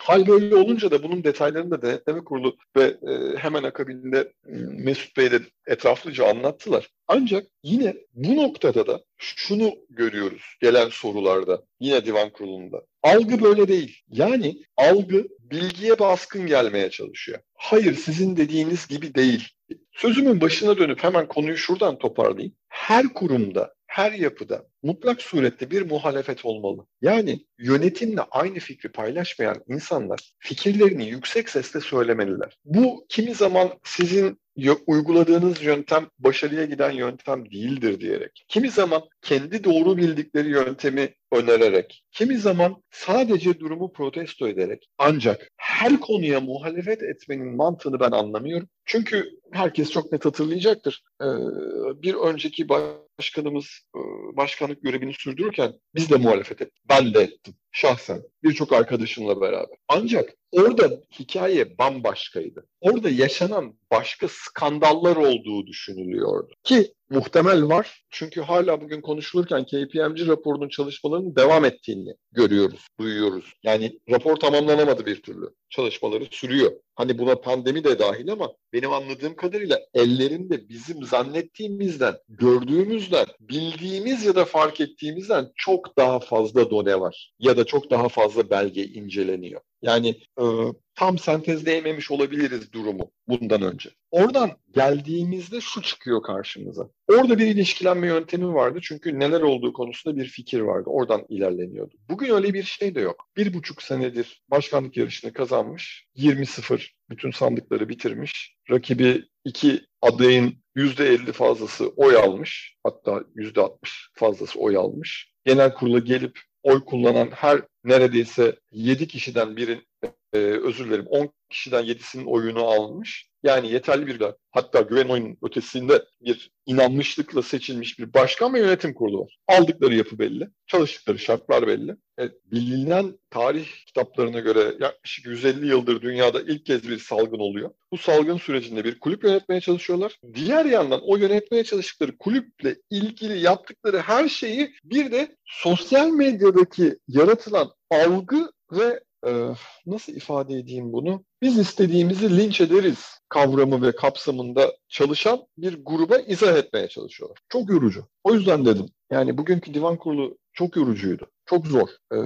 Speaker 2: Hal böyle olunca da bunun detaylarını da denetleme kurulu ve hemen akabinde Mesut Bey de etraflıca anlattılar. Ancak yine bu noktada da şunu görüyoruz gelen sorularda, yine divan kurulunda. Algı böyle değil. Yani algı bilgiye baskın gelmeye çalışıyor. Hayır, sizin dediğiniz gibi değil. Sözümün başına dönüp hemen konuyu şuradan toparlayayım. Her kurumda, her yapıda mutlak surette bir muhalefet olmalı. Yani yönetimle aynı fikri paylaşmayan insanlar fikirlerini yüksek sesle söylemeliler. Bu kimi zaman sizin uyguladığınız yöntem başarıya giden yöntem değildir diyerek, kimi zaman kendi doğru bildikleri yöntemi önererek, kimi zaman sadece durumu protesto ederek, ancak her konuya muhalefet etmenin mantığını ben anlamıyorum. Çünkü herkes çok net hatırlayacaktır. Bir önceki başkanımız başkanlık görevini sürdürürken biz de muhalefet ettik. Ben de ettim şahsen. Birçok arkadaşımla beraber. Ancak orada hikaye bambaşkaydı. Orada yaşanan başka skandallar olduğu düşünülüyordu. Ki muhtemel var. Çünkü hala bugün konuşulurken KPMG raporunun çalışmalarının devam ettiğini görüyoruz, duyuyoruz. Yani rapor tamamlanamadı bir türlü. Çalışmaları sürüyor. Hani buna pandemi de dahil ama benim anladığım kadarıyla ellerinde bizim zannettiğimizden, gördüğümüzden, bildiğimiz ya da fark ettiğimizden çok daha fazla done var. Ya da çok daha fazla belge inceleniyor. Yani tam sentezleyememiş olabiliriz durumu bundan önce. Oradan geldiğimizde şu çıkıyor karşımıza. Orada bir ilişkilenme yöntemi vardı çünkü neler olduğu konusunda bir fikir vardı. Oradan ilerleniyordu. Bugün öyle bir şey de yok. 1,5 senedir başkanlık yarışını kazanmış. 20-0 bütün sandıkları bitirmiş. Rakibi 2 adayın %50 fazlası oy almış. Hatta %60 fazlası oy almış. Genel kurula gelip oy kullanan her neredeyse 7 kişiden birin, 10 kişiden 7'sinin oyunu almış. Yani yeterli bir, hatta güven oyunun ötesinde bir inanmışlıkla seçilmiş bir başkan ve yönetim kurulu var. Aldıkları yapı belli, çalıştıkları şartlar belli. Bilinen tarih kitaplarına göre yaklaşık 150 yıldır dünyada ilk kez bir salgın oluyor. Bu salgın sürecinde bir kulüp yönetmeye çalışıyorlar. Diğer yandan o yönetmeye çalıştıkları kulüple ilgili yaptıkları her şeyi bir de sosyal medyadaki yaratılan algı ve nasıl ifade edeyim bunu? Biz istediğimizi linç ederiz kavramı ve kapsamında çalışan bir gruba izah etmeye çalışıyorlar. Çok yorucu. O yüzden dedim. Yani bugünkü divan kurulu çok yorucuydu. Çok zor.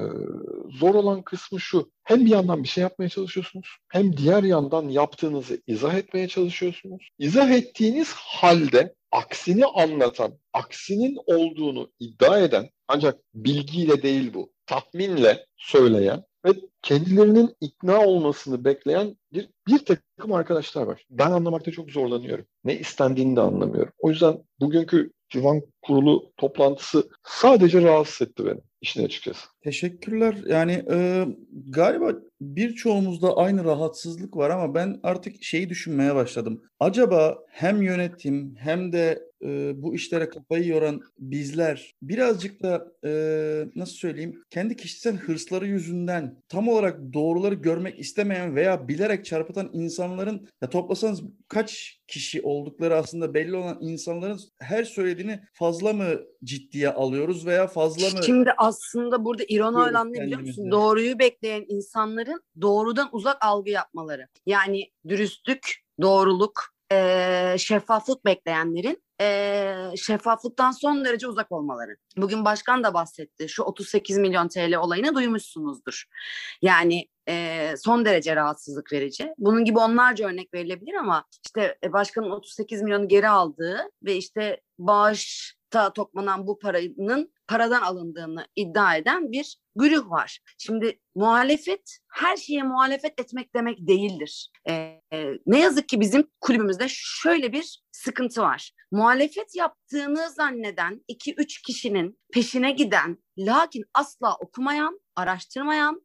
Speaker 2: Zor olan kısmı şu. Hem bir yandan bir şey yapmaya çalışıyorsunuz, hem diğer yandan yaptığınızı izah etmeye çalışıyorsunuz. İzah ettiğiniz halde aksini anlatan, aksinin olduğunu iddia eden, ancak bilgiyle değil bu, tahminle söyleyen ve kendilerinin ikna olmasını bekleyen bir takım arkadaşlar var. Ben anlamakta çok zorlanıyorum. Ne istendiğini de anlamıyorum. O yüzden bugünkü divan kurulu toplantısı sadece rahatsız etti beni işin açıkçası.
Speaker 1: Teşekkürler. Yani galiba birçoğumuzda aynı rahatsızlık var ama ben artık şeyi düşünmeye başladım. Acaba hem yönetim hem de bu işlere kafayı yoran bizler birazcık da nasıl söyleyeyim, kendi kişisel hırsları yüzünden tam olarak doğruları görmek istemeyen veya bilerek çarpıtan insanların, ya toplasanız kaç kişi oldukları aslında belli olan insanların her söylediğini fazla mı ciddiye alıyoruz veya fazla mı...
Speaker 3: Şimdi aslında burada ironi olan ne biliyor musun? Doğruyu bekleyen insanların doğrudan uzak algı yapmaları. Yani dürüstlük, doğruluk, şeffaflık bekleyenlerin şeffaflıktan son derece uzak olmaları. Bugün başkan da bahsetti. Şu 38 milyon TL olayını duymuşsunuzdur. Yani son derece rahatsızlık verici. Bunun gibi onlarca örnek verilebilir ama işte başkanın 38 milyonu geri aldığı ve işte bağışta toplanan bu paranın paradan alındığını iddia eden bir güruh var. Şimdi muhalefet her şeye muhalefet etmek demek değildir. Ne yazık ki bizim kulübümüzde şöyle bir sıkıntı var. Muhalefet yaptığını zanneden 2-3 kişinin peşine giden, lakin asla okumayan, araştırmayan,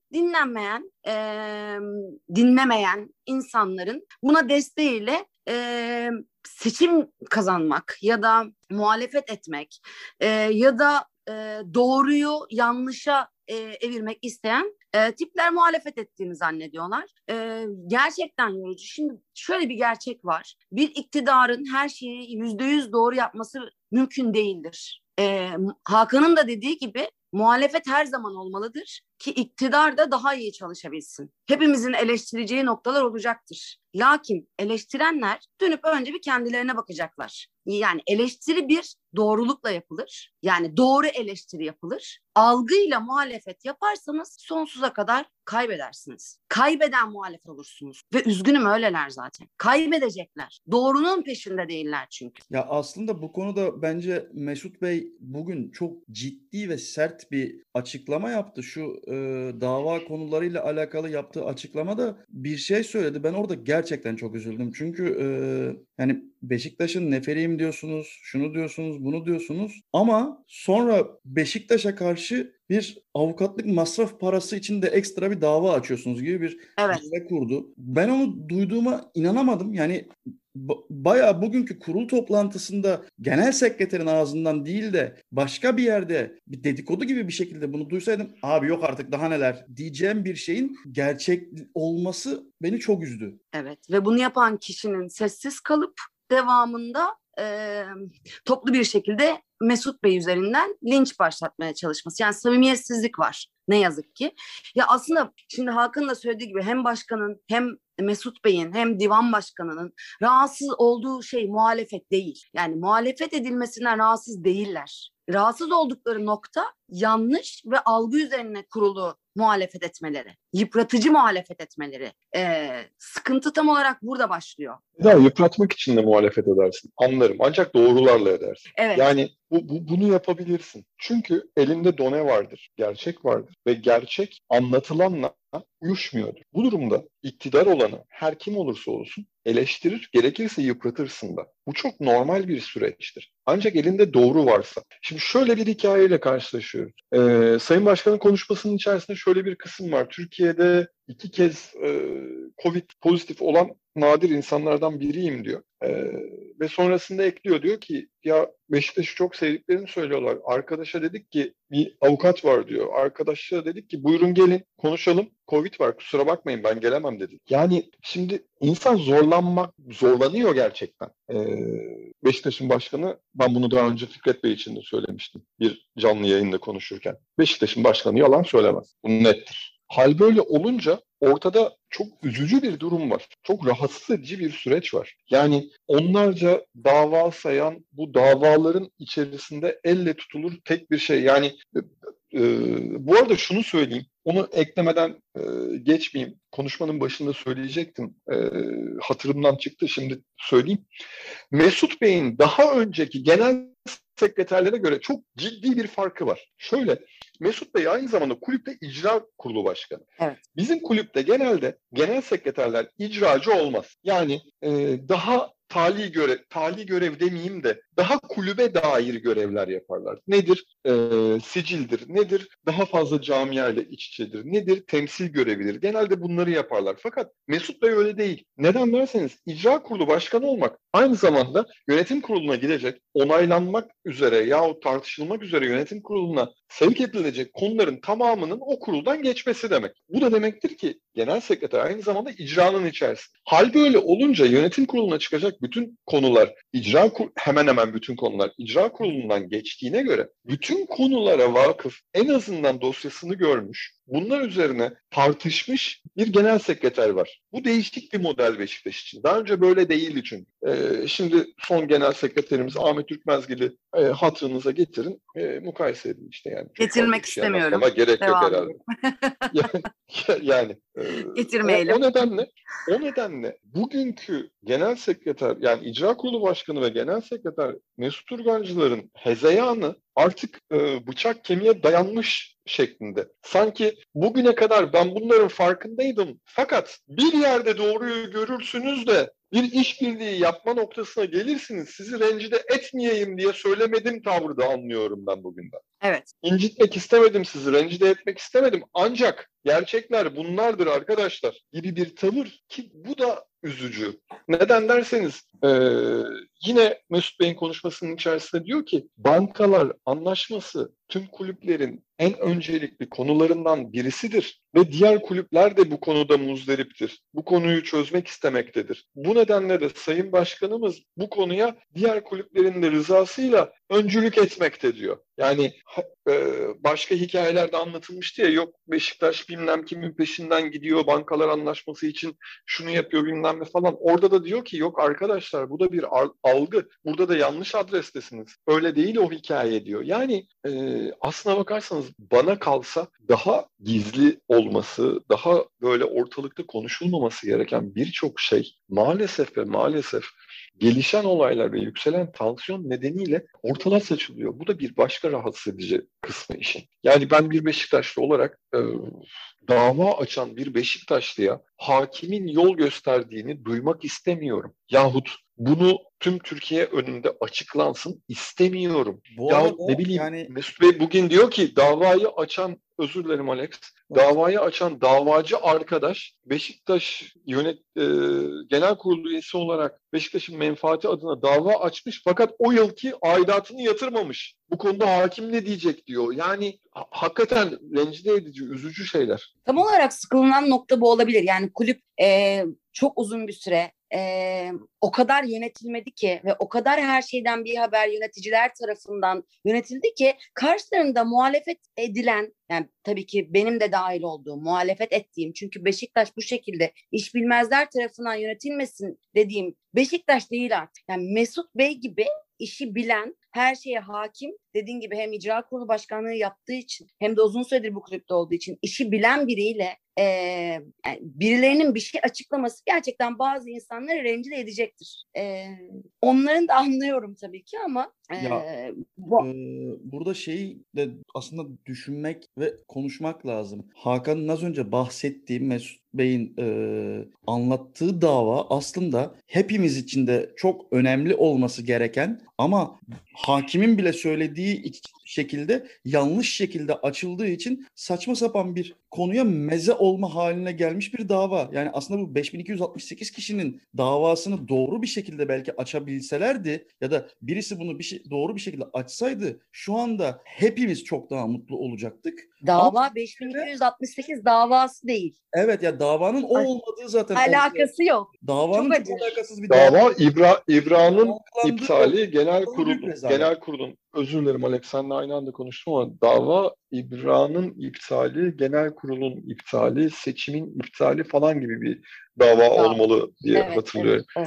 Speaker 3: dinlemeyen insanların buna desteğiyle seçim kazanmak ya da muhalefet etmek ya da doğruyu yanlışa evirmek isteyen tipler muhalefet ettiğini zannediyorlar. Gerçekten yorucu. Şimdi şöyle bir gerçek var. Bir iktidarın her şeyi %100 doğru yapması mümkün değildir. Hakan'ın da dediği gibi Muhalefet her zaman olmalıdır ki iktidar da daha iyi çalışabilsin. Hepimizin eleştireceği noktalar olacaktır. Lakin eleştirenler dönüp önce bir kendilerine bakacaklar. Yani eleştiri bir doğrulukla yapılır. Yani doğru eleştiri yapılır. Algıyla muhalefet yaparsanız sonsuza kadar kaybedersiniz. Kaybeden muhalefet olursunuz. Ve üzgünüm, öyleler zaten. Kaybedecekler. Doğrunun peşinde değiller çünkü.
Speaker 1: Ya aslında bu konuda bence Mesut Bey bugün çok ciddi ve sert bir açıklama yaptı. Şu dava konularıyla alakalı yaptığı açıklamada bir şey söyledi. Ben orada gerçekten çok üzüldüm. Çünkü yani Beşiktaş'ın neferiyim diyorsunuz, şunu diyorsunuz, bunu diyorsunuz. Ama sonra Beşiktaş'a karşı bir avukatlık masraf parası için de ekstra bir dava açıyorsunuz gibi bir
Speaker 3: Evet.
Speaker 1: cümle kurdu. Ben onu duyduğuma inanamadım. Yani bayağı bugünkü kurul toplantısında genel sekreterin ağzından değil de başka bir yerde bir dedikodu gibi bir şekilde bunu duysaydım, abi yok artık daha neler diyeceğim bir şeyin gerçek olması beni çok üzdü.
Speaker 3: Evet, ve bunu yapan kişinin sessiz kalıp devamında toplu bir şekilde Mesut Bey üzerinden linç başlatmaya çalışması. Yani samimiyetsizlik var ne yazık ki. Ya aslında şimdi Hakan'ın da söylediği gibi hem başkanın hem Mesut Bey'in hem divan başkanının rahatsız olduğu şey muhalefet değil. Yani muhalefet edilmesinden rahatsız değiller. Rahatsız oldukları nokta yanlış ve algı üzerine kurulu muhalefet etmeleri, yıpratıcı muhalefet etmeleri. Sıkıntı tam olarak burada başlıyor.
Speaker 2: Ya yıpratmak için de muhalefet edersin. Anlarım. Ancak doğrularla edersin.
Speaker 3: Evet.
Speaker 2: Yani bunu yapabilirsin. Çünkü elinde done vardır, gerçek vardır ve gerçek anlatılanla uyuşmuyordur. Bu durumda iktidar olanı her kim olursa olsun eleştirir, gerekirse yıpratırsın da. Bu çok normal bir süreçtir. Ancak elinde doğru varsa. Şimdi şöyle bir hikayeyle karşılaşıyoruz. Sayın Başkan'ın konuşmasının içerisinde şöyle bir kısım var. Türkiye'de 2 kez Covid pozitif olan nadir insanlardan biriyim diyor. Ve sonrasında ekliyor, diyor ki ya Beşiktaş'ı çok sevdiklerini söylüyorlar. Arkadaşa dedik ki, bir avukat var diyor. Arkadaşa dedik ki buyurun gelin konuşalım. Covid var, kusura bakmayın ben gelemem dedi. Yani şimdi insan zorlanıyor gerçekten. Beşiktaş'ın başkanı, ben bunu daha önce Fikret Bey için de söylemiştim bir canlı yayında konuşurken. Beşiktaş'ın başkanı yalan söylemez. Bu nettir. Hal böyle olunca ortada çok üzücü bir durum var. Çok rahatsız edici bir süreç var. Yani onlarca dava sayan, bu davaların içerisinde elle tutulur tek bir şey. Yani bu arada şunu söyleyeyim. Onu eklemeden geçmeyeyim. Konuşmanın başında söyleyecektim. Hatırımdan çıktı, şimdi söyleyeyim. Mesut Bey'in daha önceki genel sekreterlere göre çok ciddi bir farkı var. Şöyle, Mesut Bey aynı zamanda kulüpte icra kurulu başkanı.
Speaker 3: Evet.
Speaker 2: Bizim kulüpte genelde genel sekreterler icracı olmaz. Yani daha tali görev demeyeyim de daha kulübe dair görevler yaparlar. Nedir? Sicildir. Nedir? Daha fazla camiayla iç içedir. Nedir? Temsil görevidir. Genelde bunları yaparlar. Fakat Mesut Bey öyle değil. Neden derseniz icra kurulu başkanı olmak aynı zamanda yönetim kuruluna gidecek, onaylanmak üzere yahut tartışılmak üzere yönetim kuruluna sevk edilecek konuların tamamının o kuruldan geçmesi demek. Bu da demektir ki genel sekreter aynı zamanda icranın içerisinde. Hal böyle olunca yönetim kuruluna çıkacak bütün konular, hemen hemen bütün konular icra kurulundan geçtiğine göre bütün konulara vakıf, en azından dosyasını görmüş, bunlar üzerine tartışmış bir genel sekreter var. Bu değişik bir model Beşiktaş için. Daha önce böyle değildi çünkü. Şimdi son genel sekreterimiz Ahmet Türkmezgil'i hatırınıza getirin, mukayese edin işte yani.
Speaker 3: Getirmek istemiyorum.
Speaker 2: Ama gerek yok herhalde. Yani
Speaker 3: getirmeyelim.
Speaker 2: O nedenle bugünkü genel sekreter, yani icra kurulu başkanı ve genel sekreter Mesut Urgancılar'ın hezeyanı artık bıçak kemiğe dayanmış şeklinde. Sanki bugüne kadar ben bunların farkındaydım fakat bir yerde doğruyu görürsünüz de bir işbirliği yapma noktasına gelirsiniz, sizi rencide etmeyeyim diye söylemedim tavrı da anlıyorum ben bugünden.
Speaker 3: Evet.
Speaker 2: İncitmek istemedim sizi, rencide etmek istemedim ancak gerçekler bunlardır arkadaşlar gibi bir tavır, ki bu da üzücü. Neden derseniz yine Mesut Bey'in konuşmasının içerisinde diyor ki bankalar anlaşması tüm kulüplerin en öncelikli konularından birisidir ve diğer kulüpler de bu konuda muzdariptir. Bu konuyu çözmek istemektedir. Bu nedenle de Sayın Başkanımız bu konuya diğer kulüplerin de rızasıyla öncülük etmekte diyor. Yani başka hikayelerde anlatılmıştı ya, yok Beşiktaş bilmem kimin peşinden gidiyor, bankalar anlaşması için şunu yapıyor bilmem ne falan. Orada da diyor ki yok arkadaşlar, bu da bir algı. Burada da yanlış adrestesiniz. Öyle değil o hikaye diyor. Yani aslına bakarsanız bana kalsa daha gizli olması, daha böyle ortalıkta konuşulmaması gereken birçok şey maalesef ve maalesef gelişen olaylar ve yükselen tansiyon nedeniyle ortalığa saçılıyor. Bu da bir başka rahatsız edici kısmı işin. Yani ben bir Beşiktaşlı olarak dava açan bir Beşiktaşlıya hakimin yol gösterdiğini duymak istemiyorum. Yahut bunu tüm Türkiye önünde açıklansın istemiyorum.
Speaker 1: Bu
Speaker 2: Yahut
Speaker 1: arada
Speaker 2: ne bileyim,
Speaker 1: yani
Speaker 2: Mesut Bey bugün diyor ki davayı açan, özür dilerim Alex, davayı açan davacı arkadaş Beşiktaş genel kurulu üyesi olarak Beşiktaş'ın menfaati adına dava açmış fakat o yılki aidatını yatırmamış. Bu konuda hakim ne diyecek diyor. Yani hakikaten rencide edici, üzücü şeyler.
Speaker 3: Tam olarak sıkılınan nokta bu olabilir. Yani kulüp çok uzun bir süre o kadar yönetilmedi ki ve o kadar her şeyden bir haber yöneticiler tarafından yönetildi ki karşılarında muhalefet edilen, yani tabii ki benim de dahil olduğum, muhalefet ettiğim, çünkü Beşiktaş bu şekilde iş bilmezler tarafından yönetilmesin dediğim Beşiktaş değil artık. Yani Mesut Bey gibi işi bilen, her şeye hakim, dediğin gibi hem icra kurulu başkanlığı yaptığı için hem de uzun süredir bu kulüpte olduğu için işi bilen biriyle yani birilerinin bir şey açıklaması gerçekten bazı insanları rencide edecektir. Onların da anlıyorum tabii ki ama
Speaker 1: burada şeyi de aslında düşünmek ve konuşmak lazım. Hakan'ın az önce bahsettiği Mesut Bey'in anlattığı dava aslında hepimiz için de çok önemli olması gereken ama hakimin bile söylediği şekilde yanlış şekilde açıldığı için saçma sapan bir konuya meze olma haline gelmiş bir dava. Yani aslında bu 5268 kişinin davasını doğru bir şekilde belki açabilselerdi ya da birisi bunu doğru bir şekilde açsaydı şu anda hepimiz çok daha mutlu olacaktık.
Speaker 3: Dava
Speaker 1: Ama
Speaker 3: 5268 davası değil.
Speaker 1: evet ya, davanın o olmadığı zaten
Speaker 3: alakası yok.
Speaker 1: Davanın
Speaker 3: çok
Speaker 1: çok alakasız bir dava.
Speaker 2: Dava İbra'nın
Speaker 1: Yargılandığı
Speaker 2: iptali
Speaker 1: büyük rezalet.
Speaker 2: genel kurulun, özür dilerim Alex, seninle aynı anda konuştum ama dava İbra'nın iptali, genel kurulun iptali, seçimin iptali falan gibi bir dava olmalı diye hatırlıyorum.
Speaker 3: Evet.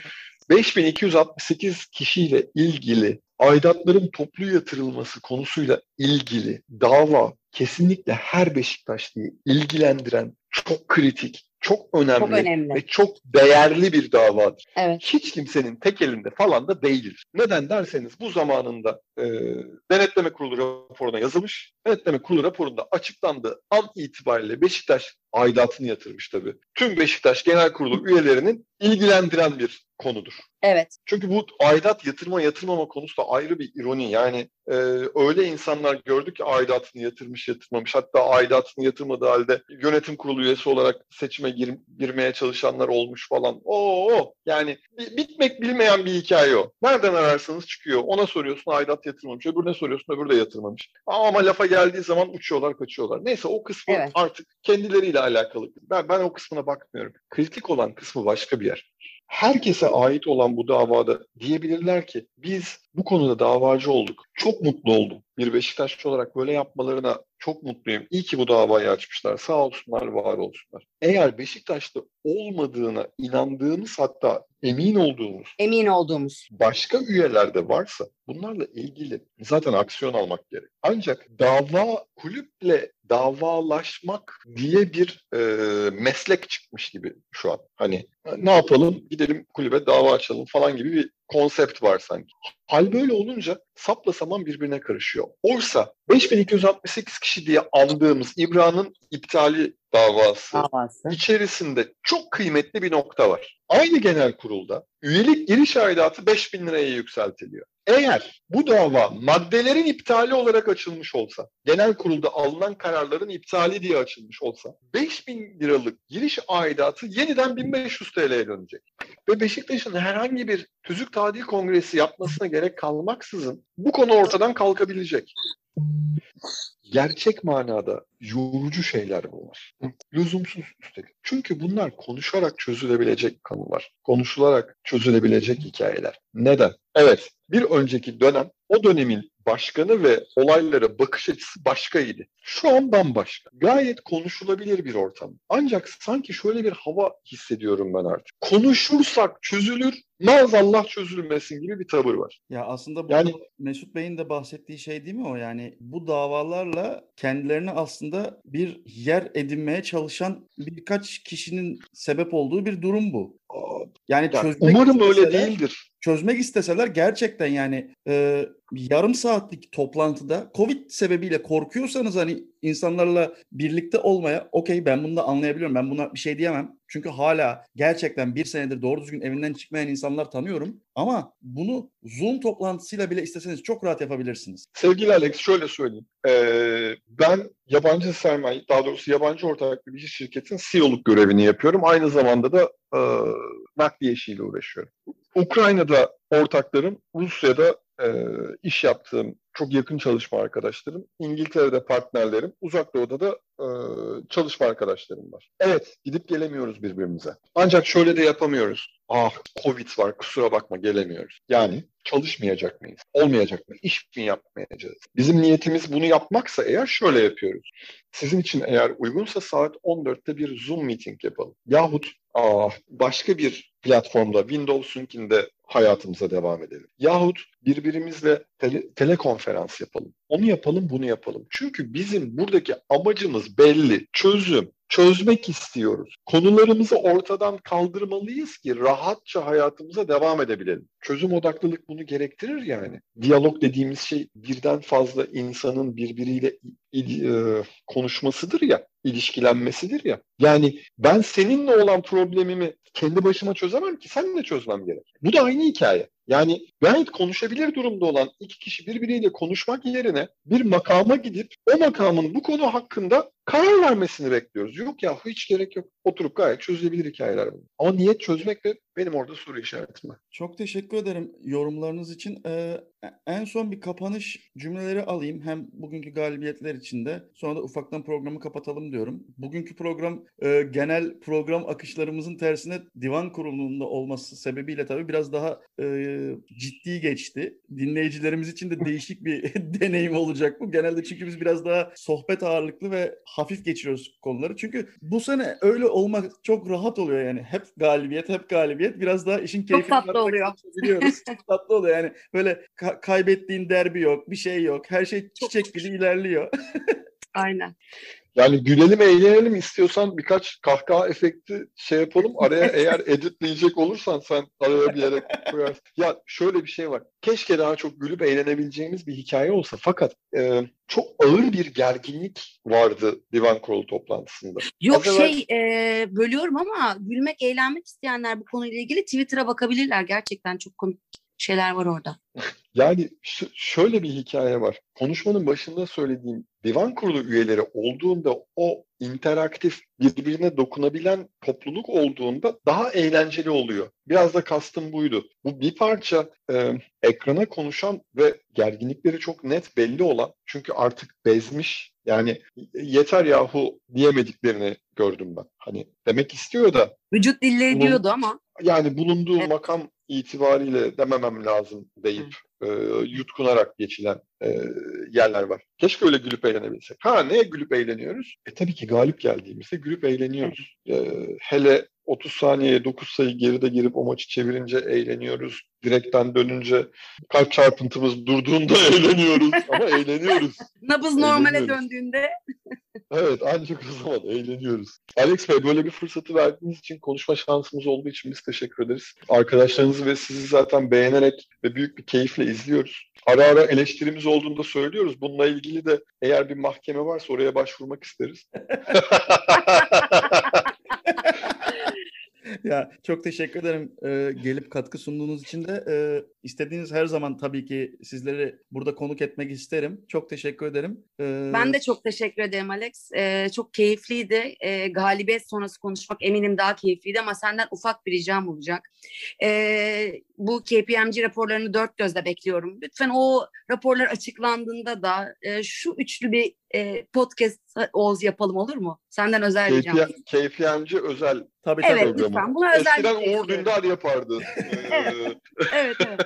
Speaker 2: 5268 kişiyle ilgili aidatların toplu yatırılması konusuyla ilgili dava kesinlikle her Beşiktaşlı'yı ilgilendiren çok kritik, çok önemli ve çok değerli bir davadır.
Speaker 3: Evet.
Speaker 2: Hiç kimsenin tek elinde falan da değildir. Neden derseniz bu zamanında denetleme kurulu raporuna yazılmış. Denetleme kurulu raporunda açıklandığı an itibariyle Beşiktaş aidatını yatırmış tabii. Tüm Beşiktaş Genel Kurulu üyelerinin ilgilendiren bir konudur.
Speaker 3: Evet.
Speaker 2: Çünkü bu aidat yatırmama konusu da ayrı bir ironi. Yani öyle insanlar gördük ki aidatını yatırmış, yatırmamış. Hatta aidatını yatırmadığı halde yönetim kurulu üyesi olarak seçime girmeye çalışanlar olmuş falan. Yani bitmek bilmeyen bir hikaye o. Nereden ararsanız çıkıyor. Ona soruyorsun aidat yatırmamış. Öbürüne soruyorsun öbürü de yatırmamış. Ama lafa geldiği zaman uçuyorlar, kaçıyorlar. Neyse, o kısmı artık kendileriyle alakalı. Ben o kısmına bakmıyorum. Kritik olan kısmı başka bir yer. Herkese ait olan bu davada diyebilirler ki biz bu konuda davacı olduk. Çok mutlu oldum. Bir Beşiktaşlı olarak böyle yapmalarına çok mutluyum. İyi ki bu davayı açmışlar. Sağ olsunlar, var olsunlar. Eğer Beşiktaşlı olmadığına inandığımız, hatta emin olduğumuz başka üyeler de varsa bunlarla ilgili zaten aksiyon almak gerek. Ancak kulüple davalaşmak diye bir meslek çıkmış gibi şu an. Hani ne yapalım, gidelim kulübe dava açalım falan gibi bir konsept var sanki. Hal böyle olunca sapla saman birbirine karışıyor. Oysa 5268 kişi diye andığımız İbra'nın iptali davası içerisinde çok kıymetli bir nokta var. Aynı genel kurulda üyelik giriş aidatı 5.000 liraya yükseltiliyor. Eğer bu dava maddelerin iptali olarak açılmış olsa, genel kurulda alınan kararların iptali diye açılmış olsa, 5.000 liralık giriş aidatı yeniden 1.500 TL'ye dönecek. Ve Beşiktaş'ın herhangi bir tüzük tadil kongresi yapmasına gerek kalmaksızın bu konu ortadan kalkabilecek. Gerçek manada yorucu şeyler bunlar. Lüzumsuz üstelik. Çünkü bunlar konuşarak çözülebilecek konular. Konuşularak çözülebilecek hikayeler. Neden? Evet, bir önceki dönem
Speaker 4: o dönemin başkanı ve olaylara bakış açısı başkaydı. Şu an bambaşka. Gayet konuşulabilir bir ortam. Ancak sanki şöyle bir hava hissediyorum ben artık. Konuşursak çözülür, maazallah çözülmesin gibi bir tavır var.
Speaker 1: Ya aslında burada Mesut Bey'in de bahsettiği şey değil mi o? Yani bu davalarla kendilerine aslında bir yer edinmeye çalışan birkaç kişinin sebep olduğu bir durum bu. Yani
Speaker 4: umarım öyle değildir.
Speaker 1: Çözmek isteseler gerçekten yani yarım saatlik toplantıda Covid sebebiyle korkuyorsanız hani insanlarla birlikte olmaya okey, ben bunu da anlayabiliyorum. Ben buna bir şey diyemem. Çünkü hala gerçekten bir senedir doğru düzgün evinden çıkmayan insanlar tanıyorum. Ama bunu Zoom toplantısıyla bile isteseniz çok rahat yapabilirsiniz.
Speaker 4: Sevgili Alex, şöyle söyleyeyim. Ben yabancı sermaye, daha doğrusu yabancı ortaklı bir şirketin CEO'luk görevini yapıyorum. Aynı zamanda da nakliye işiyle uğraşıyorum. Ukrayna'da ortaklarım, Rusya'da iş yaptığım çok yakın çalışma arkadaşlarım, İngiltere'de partnerlerim, Uzak Doğu'da da çalışma arkadaşlarım var. Evet, gidip gelemiyoruz birbirimize. Ancak şöyle de yapamıyoruz. Covid var, kusura bakma gelemiyoruz. Yani çalışmayacak mıyız? Olmayacak mı? İş mi yapmayacağız? Bizim niyetimiz bunu yapmaksa eğer şöyle yapıyoruz. Sizin için eğer uygunsa saat 14'te bir Zoom meeting yapalım. Yahut başka bir platformda, Windows'unkinde hayatımıza devam edelim. Yahut birbirimizle telekonferans yapalım. Onu yapalım, bunu yapalım. Çünkü bizim buradaki amacımız belli. Çözmek istiyoruz. Konularımızı ortadan kaldırmalıyız ki rahatça hayatımıza devam edebilelim. Çözüm odaklılık bunu gerektirir yani. Diyalog dediğimiz şey birden fazla insanın birbiriyle konuşmasıdır ya, ilişkilenmesidir ya. Yani ben seninle olan problemimi kendi başıma çözemem ki, seninle çözmem gerek. Bu da aynı hikaye. Yani gayet konuşabilir durumda olan iki kişi birbiriyle konuşmak yerine bir makama gidip o makamın bu konu hakkında karar vermesini bekliyoruz. Yok ya, hiç gerek yok. Oturup gayet çözülebilir hikayeler bunlar. Ama niyet çözmek de benim orada soru işaretim var.
Speaker 1: Çok teşekkür ederim yorumlarınız için. En son bir kapanış cümleleri alayım. Hem bugünkü galibiyetler için de, sonra da ufaktan programı kapatalım diyorum. Bugünkü program genel program akışlarımızın tersine divan kurulunda olması sebebiyle tabii biraz daha ciddi geçti. Dinleyicilerimiz için de değişik bir deneyim olacak bu. Genelde çünkü biz biraz daha sohbet ağırlıklı ve hafif geçiriyoruz konuları. Çünkü bu sene öyle olmak çok rahat oluyor yani. Hep galibiyet. Biraz daha işin keyfini
Speaker 3: çok tatlı oluyor.
Speaker 1: Biliyoruz. Çok tatlı oluyor yani. Böyle kaybettiğin derbi yok, bir şey yok. Her şey çiçek gibi ilerliyor.
Speaker 3: Aynen.
Speaker 4: Yani gülelim, eğlenelim, istiyorsan birkaç kahkaha efekti yapalım. Araya eğer editleyecek olursan sen araya bir yere koyarsın. Ya şöyle bir şey var. Keşke daha çok gülüp eğlenebileceğimiz bir hikaye olsa. Fakat çok ağır bir gerginlik vardı divan kurulu toplantısında.
Speaker 3: Yok bölüyorum ama gülmek, eğlenmek isteyenler bu konuyla ilgili Twitter'a bakabilirler. Gerçekten çok komik şeyler var orada.
Speaker 4: Yani şöyle bir hikaye var. Konuşmanın başında söylediğim divan kurulu üyeleri olduğunda, o interaktif, birbirine dokunabilen topluluk olduğunda daha eğlenceli oluyor. Biraz da kastım buydu. Bu bir parça ekrana konuşan ve gerginlikleri çok net belli olan, çünkü artık bezmiş, yani yeter yahu diyemediklerini gördüm ben. Hani demek istiyor da.
Speaker 3: Vücut dilleri diyordu ama.
Speaker 4: Yani bulunduğu makam itibariyle dememem lazım deyip yutkunarak geçilen yerler var. Keşke öyle gülüp eğlenebilsek. Neye gülüp eğleniyoruz? Tabii ki galip geldiğimizde gülüp eğleniyoruz. Hele 30 saniyeye 9 sayı geride girip o maçı çevirince eğleniyoruz. Direkten dönünce kalp çarpıntımız durduğunda eğleniyoruz. Ama eğleniyoruz.
Speaker 3: Nabız normale döndüğünde.
Speaker 4: Evet, ancak o zaman eğleniyoruz. Alex Bey, böyle bir fırsatı verdiğiniz için, konuşma şansımız olduğu için biz teşekkür ederiz. Arkadaşlarınızı ve sizi zaten beğenerek ve büyük bir keyifle izliyoruz. Ara ara eleştirimiz olduğunda söylüyoruz. Bununla ilgili de eğer bir mahkeme varsa oraya başvurmak isteriz.
Speaker 1: Ya çok teşekkür ederim gelip katkı sunduğunuz için de. İstediğiniz her zaman tabii ki sizleri burada konuk etmek isterim. Çok teşekkür ederim.
Speaker 3: Ben de çok teşekkür ederim Alex. Çok keyifliydi. Galibiyet sonrası konuşmak eminim daha keyifliydi ama senden ufak bir ricam olacak. Bu KPMG raporlarını dört gözle bekliyorum. Lütfen o raporlar açıklandığında da şu üçlü bir podcast Oğuz yapalım, olur mu? Senden özel ricam.
Speaker 4: KPMG özel.
Speaker 1: Tabii,
Speaker 3: evet
Speaker 4: programı.
Speaker 3: lütfen. Buna özel.
Speaker 4: Eskiden Uğur Dündar yapardı.
Speaker 3: Evet.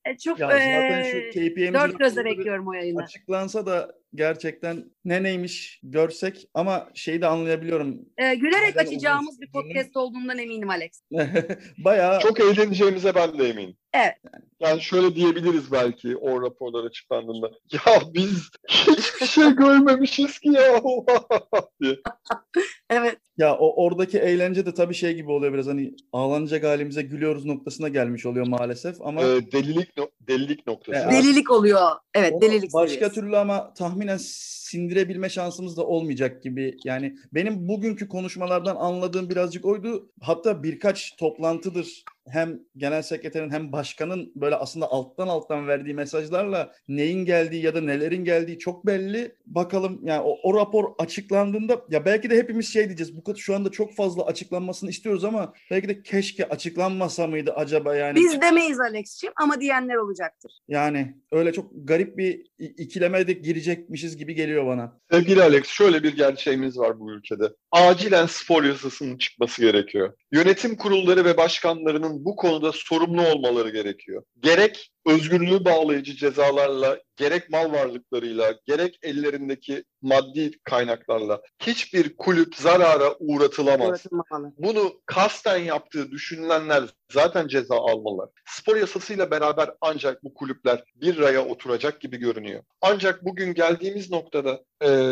Speaker 3: Çok
Speaker 1: Ya zaten şu KPMG
Speaker 3: dört gözle
Speaker 1: raporları
Speaker 3: bekliyorum o yayını.
Speaker 1: açıklansa da gerçekten neymiş görsek, ama şeyi de anlayabiliyorum.
Speaker 3: Gülerek
Speaker 1: Neden uzun
Speaker 3: açacağımız bir
Speaker 1: sürdüğünü.
Speaker 3: podcast olduğundan eminim Alex.
Speaker 1: Bayağı
Speaker 4: Çok eğleneceğimize ben de eminim.
Speaker 3: Evet.
Speaker 4: Yani şöyle diyebiliriz belki o raporlar açıklandığında. Ya biz hiçbir şey görmemişiz ki ya diye.
Speaker 3: Evet.
Speaker 1: ya oradaki eğlence de tabii şey gibi oluyor, biraz hani ağlanacak halimize gülüyoruz noktasına gelmiş oluyor maalesef, ama
Speaker 4: Delilik noktası.
Speaker 1: Evet.
Speaker 3: Delilik oluyor. Evet,
Speaker 1: onu
Speaker 3: delilik
Speaker 1: başka
Speaker 3: seviyesi.
Speaker 1: türlü ama tahminen sindirebilme şansımız da olmayacak gibi. Yani benim bugünkü konuşmalardan anladığım birazcık oydu. Hatta birkaç toplantıdır hem genel sekreterin hem başkanın böyle aslında alttan verdiği mesajlarla neyin geldiği ya da nelerin geldiği çok belli. Bakalım yani o rapor açıklandığında ya belki de hepimiz şey diyeceğiz. Bu kadar şu anda çok fazla açıklanmasını istiyoruz ama belki de keşke açıklanmasa mıydı acaba yani.
Speaker 3: Biz demeyiz Alex'ciğim ama diyenler olacaktır.
Speaker 1: Yani öyle çok garip bir ikileme de girecekmişiz gibi geliyor bana.
Speaker 4: Sevgili Alex, şöyle bir gerçeğimiz var bu ülkede. Acilen spor yasasının çıkması gerekiyor. Yönetim kurulları ve başkanlarının bu konuda sorumlu olmaları gerekiyor. Gerek özgürlüğü bağlayıcı cezalarla, gerek mal varlıklarıyla, gerek ellerindeki maddi kaynaklarla hiçbir kulüp zarara uğratılamaz.
Speaker 3: Uğratılmamalı.
Speaker 4: Bunu kasten yaptığı düşünülenler zaten ceza almalılar. Spor yasasıyla beraber ancak bu kulüpler bir raya oturacak gibi görünüyor. Ancak bugün geldiğimiz noktada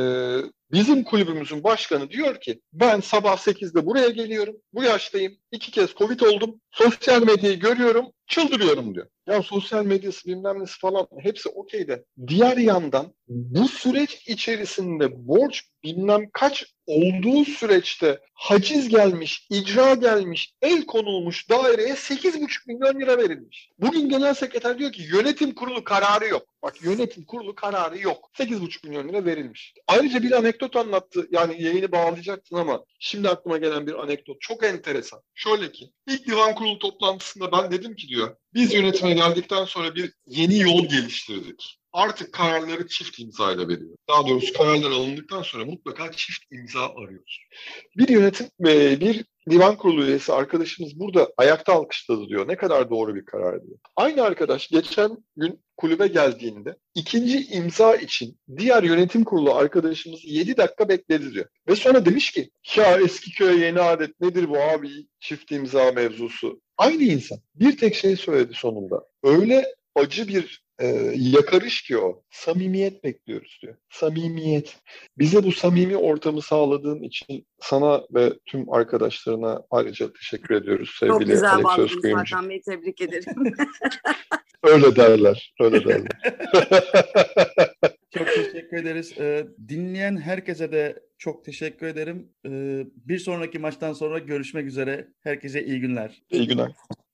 Speaker 4: bizim kulübümüzün başkanı diyor ki ben sabah 8'de buraya geliyorum, bu yaştayım, 2 kez Covid oldum, sosyal medyayı görüyorum, çıldırıyorum diyor. Ya sosyal medyası bilmem nesi falan hepsi okey de. Diğer yandan bu süreç içerisinde borç bilmem kaç olduğu süreçte haciz gelmiş, icra gelmiş, el konulmuş daireye 8,5 milyon lira verilmiş. Bugün genel sekreter diyor ki yönetim kurulu kararı yok. Bak yönetim kurulu kararı yok. 8,5 milyon lira verilmiş. Ayrıca bir anekdot anlattı. Yani yayını bağlayacaktın ama şimdi aklıma gelen bir anekdot. Çok enteresan. Şöyle ki ilk divan kurulu toplantısında ben dedim ki diyor biz yönetime geldikten sonra bir yeni yol geliştirdik. Artık kararları çift imzayla veriyor. Daha doğrusu kararlar alındıktan sonra mutlaka çift imza arıyoruz. Bir yönetim ve bir divan kurulu üyesi arkadaşımız burada ayakta alkışladı diyor. Ne kadar doğru bir karar diyor. Aynı arkadaş geçen gün kulübe geldiğinde ikinci imza için diğer yönetim kurulu arkadaşımız 7 dakika bekledi diyor. Ve sonra demiş ki ya eski köye yeni adet nedir bu abi çift imza mevzusu. Aynı insan bir tek şey söyledi sonunda. Öyle acı bir yakarış ki o. Samimiyet bekliyoruz diyor. Samimiyet. Bize bu samimi ortamı sağladığın için sana ve tüm arkadaşlarına ayrıca teşekkür ediyoruz sevgili
Speaker 3: Çok güzel
Speaker 4: Alex
Speaker 3: bağladınız
Speaker 4: Özkuyumcu.
Speaker 3: Hakan Bey. Tebrik ederim.
Speaker 4: Öyle derler. Öyle derler.
Speaker 1: Çok teşekkür ederiz. Dinleyen herkese de çok teşekkür ederim. Bir sonraki maçtan sonra görüşmek üzere. Herkese iyi günler.
Speaker 4: İyi günler.